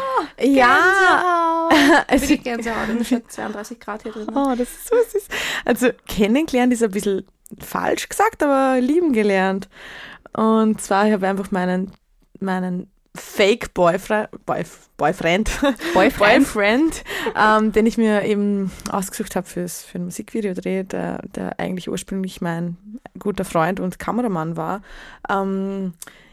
ja, also, Für die Gänsehaut, und es hat zweiunddreißig Grad hier drin. oh, das ist so süß. Also kennengelernt ist ein bisschen falsch gesagt, aber lieben gelernt. Und zwar, ich habe einfach meinen, meinen Fake Boyfriend, Boyf Boyfriend, Boyfriend? Boyfriend ähm, den ich mir eben ausgesucht habe fürs, für ein Musikvideodreh, der, der eigentlich ursprünglich mein guter Freund und Kameramann war. Ähm,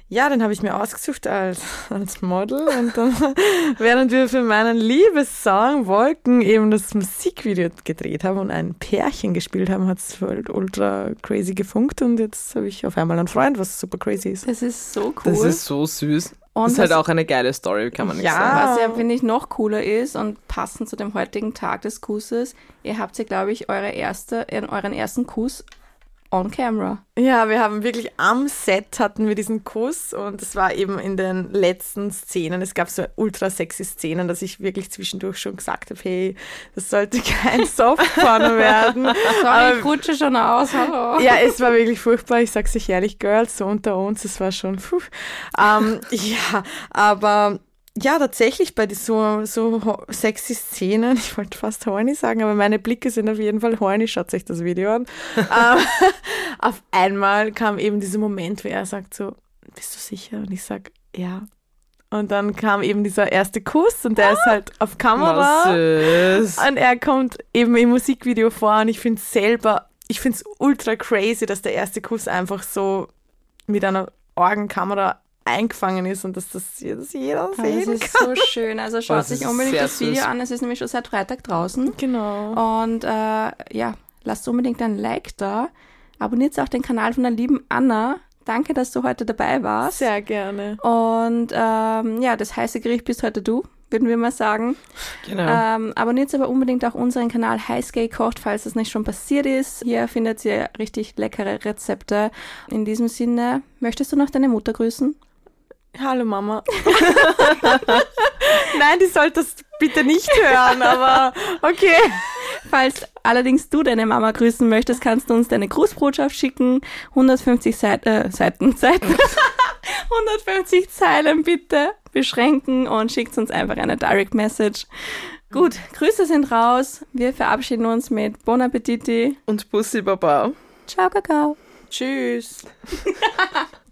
Ja, den habe ich mir ausgesucht als, als Model und dann, während wir für meinen Liebessong Wolken eben das Musikvideo gedreht haben und ein Pärchen gespielt haben, hat es voll ultra crazy gefunkt und jetzt habe ich auf einmal einen Freund, was super crazy ist. Das ist so cool. Das ist so süß. Und das ist halt auch eine geile Story, kann man nicht Ja. sagen. Was ja, finde ich, noch cooler ist und passend zu dem heutigen Tag des Kusses, ihr habt ja, glaube ich, eure erste, euren ersten Kuss on camera. Ja, wir haben wirklich am Set hatten wir diesen Kuss und es war eben in den letzten Szenen. Es gab so ultra sexy Szenen, dass ich wirklich zwischendurch schon gesagt habe, hey, das sollte kein Softporno werden. Sorry, ich rutsche schon aus, hallo. Ja, es war wirklich furchtbar. Ich sag's euch ehrlich, Girls, so unter uns, es war schon, puh. Ähm, ja, aber ja, tatsächlich bei die so, so ho- sexy Szenen, ich wollte fast horny sagen, aber meine Blicke sind auf jeden Fall horny, schaut euch das Video an. ähm, auf einmal kam eben dieser Moment, wo er sagt so, bist du sicher? Und ich sag, ja. Und dann kam eben dieser erste Kuss und der ist halt auf Kamera. Was süß. Und er kommt eben im Musikvideo vor und ich finde es selber, ich finde es ultra crazy, dass der erste Kuss einfach so mit einer Orgenkamera eingefangen ist und dass das dass jeder Aber sehen es ist kann. so schön. Also schaut Das sich ist unbedingt sehr das Video süß. an. Es ist nämlich schon seit Freitag draußen. Genau. Und äh, ja, lasst unbedingt ein Like da. Abonniert auch den Kanal von der lieben Anna. Danke, dass du heute dabei warst. Sehr gerne. Und ähm, ja, das heiße Gericht bist heute du, würden wir mal sagen. Genau. Ähm, abonniert aber unbedingt auch unseren Kanal Heißgay kocht, falls das nicht schon passiert ist. Hier findet ihr richtig leckere Rezepte. In diesem Sinne, möchtest du noch deine Mutter grüßen? Hallo Mama. Nein, die solltest bitte nicht hören, aber okay. Falls allerdings du deine Mama grüßen möchtest, kannst du uns deine Grußbotschaft schicken. hundertfünfzig Seit äh, Seiten, Seiten. hundertfünfzig Zeilen bitte beschränken und schickt uns einfach eine Direct Message. Gut, Grüße sind raus. Wir verabschieden uns mit Bon Appetiti. Und Pussy Baba. Ciao, Kakao. Tschüss.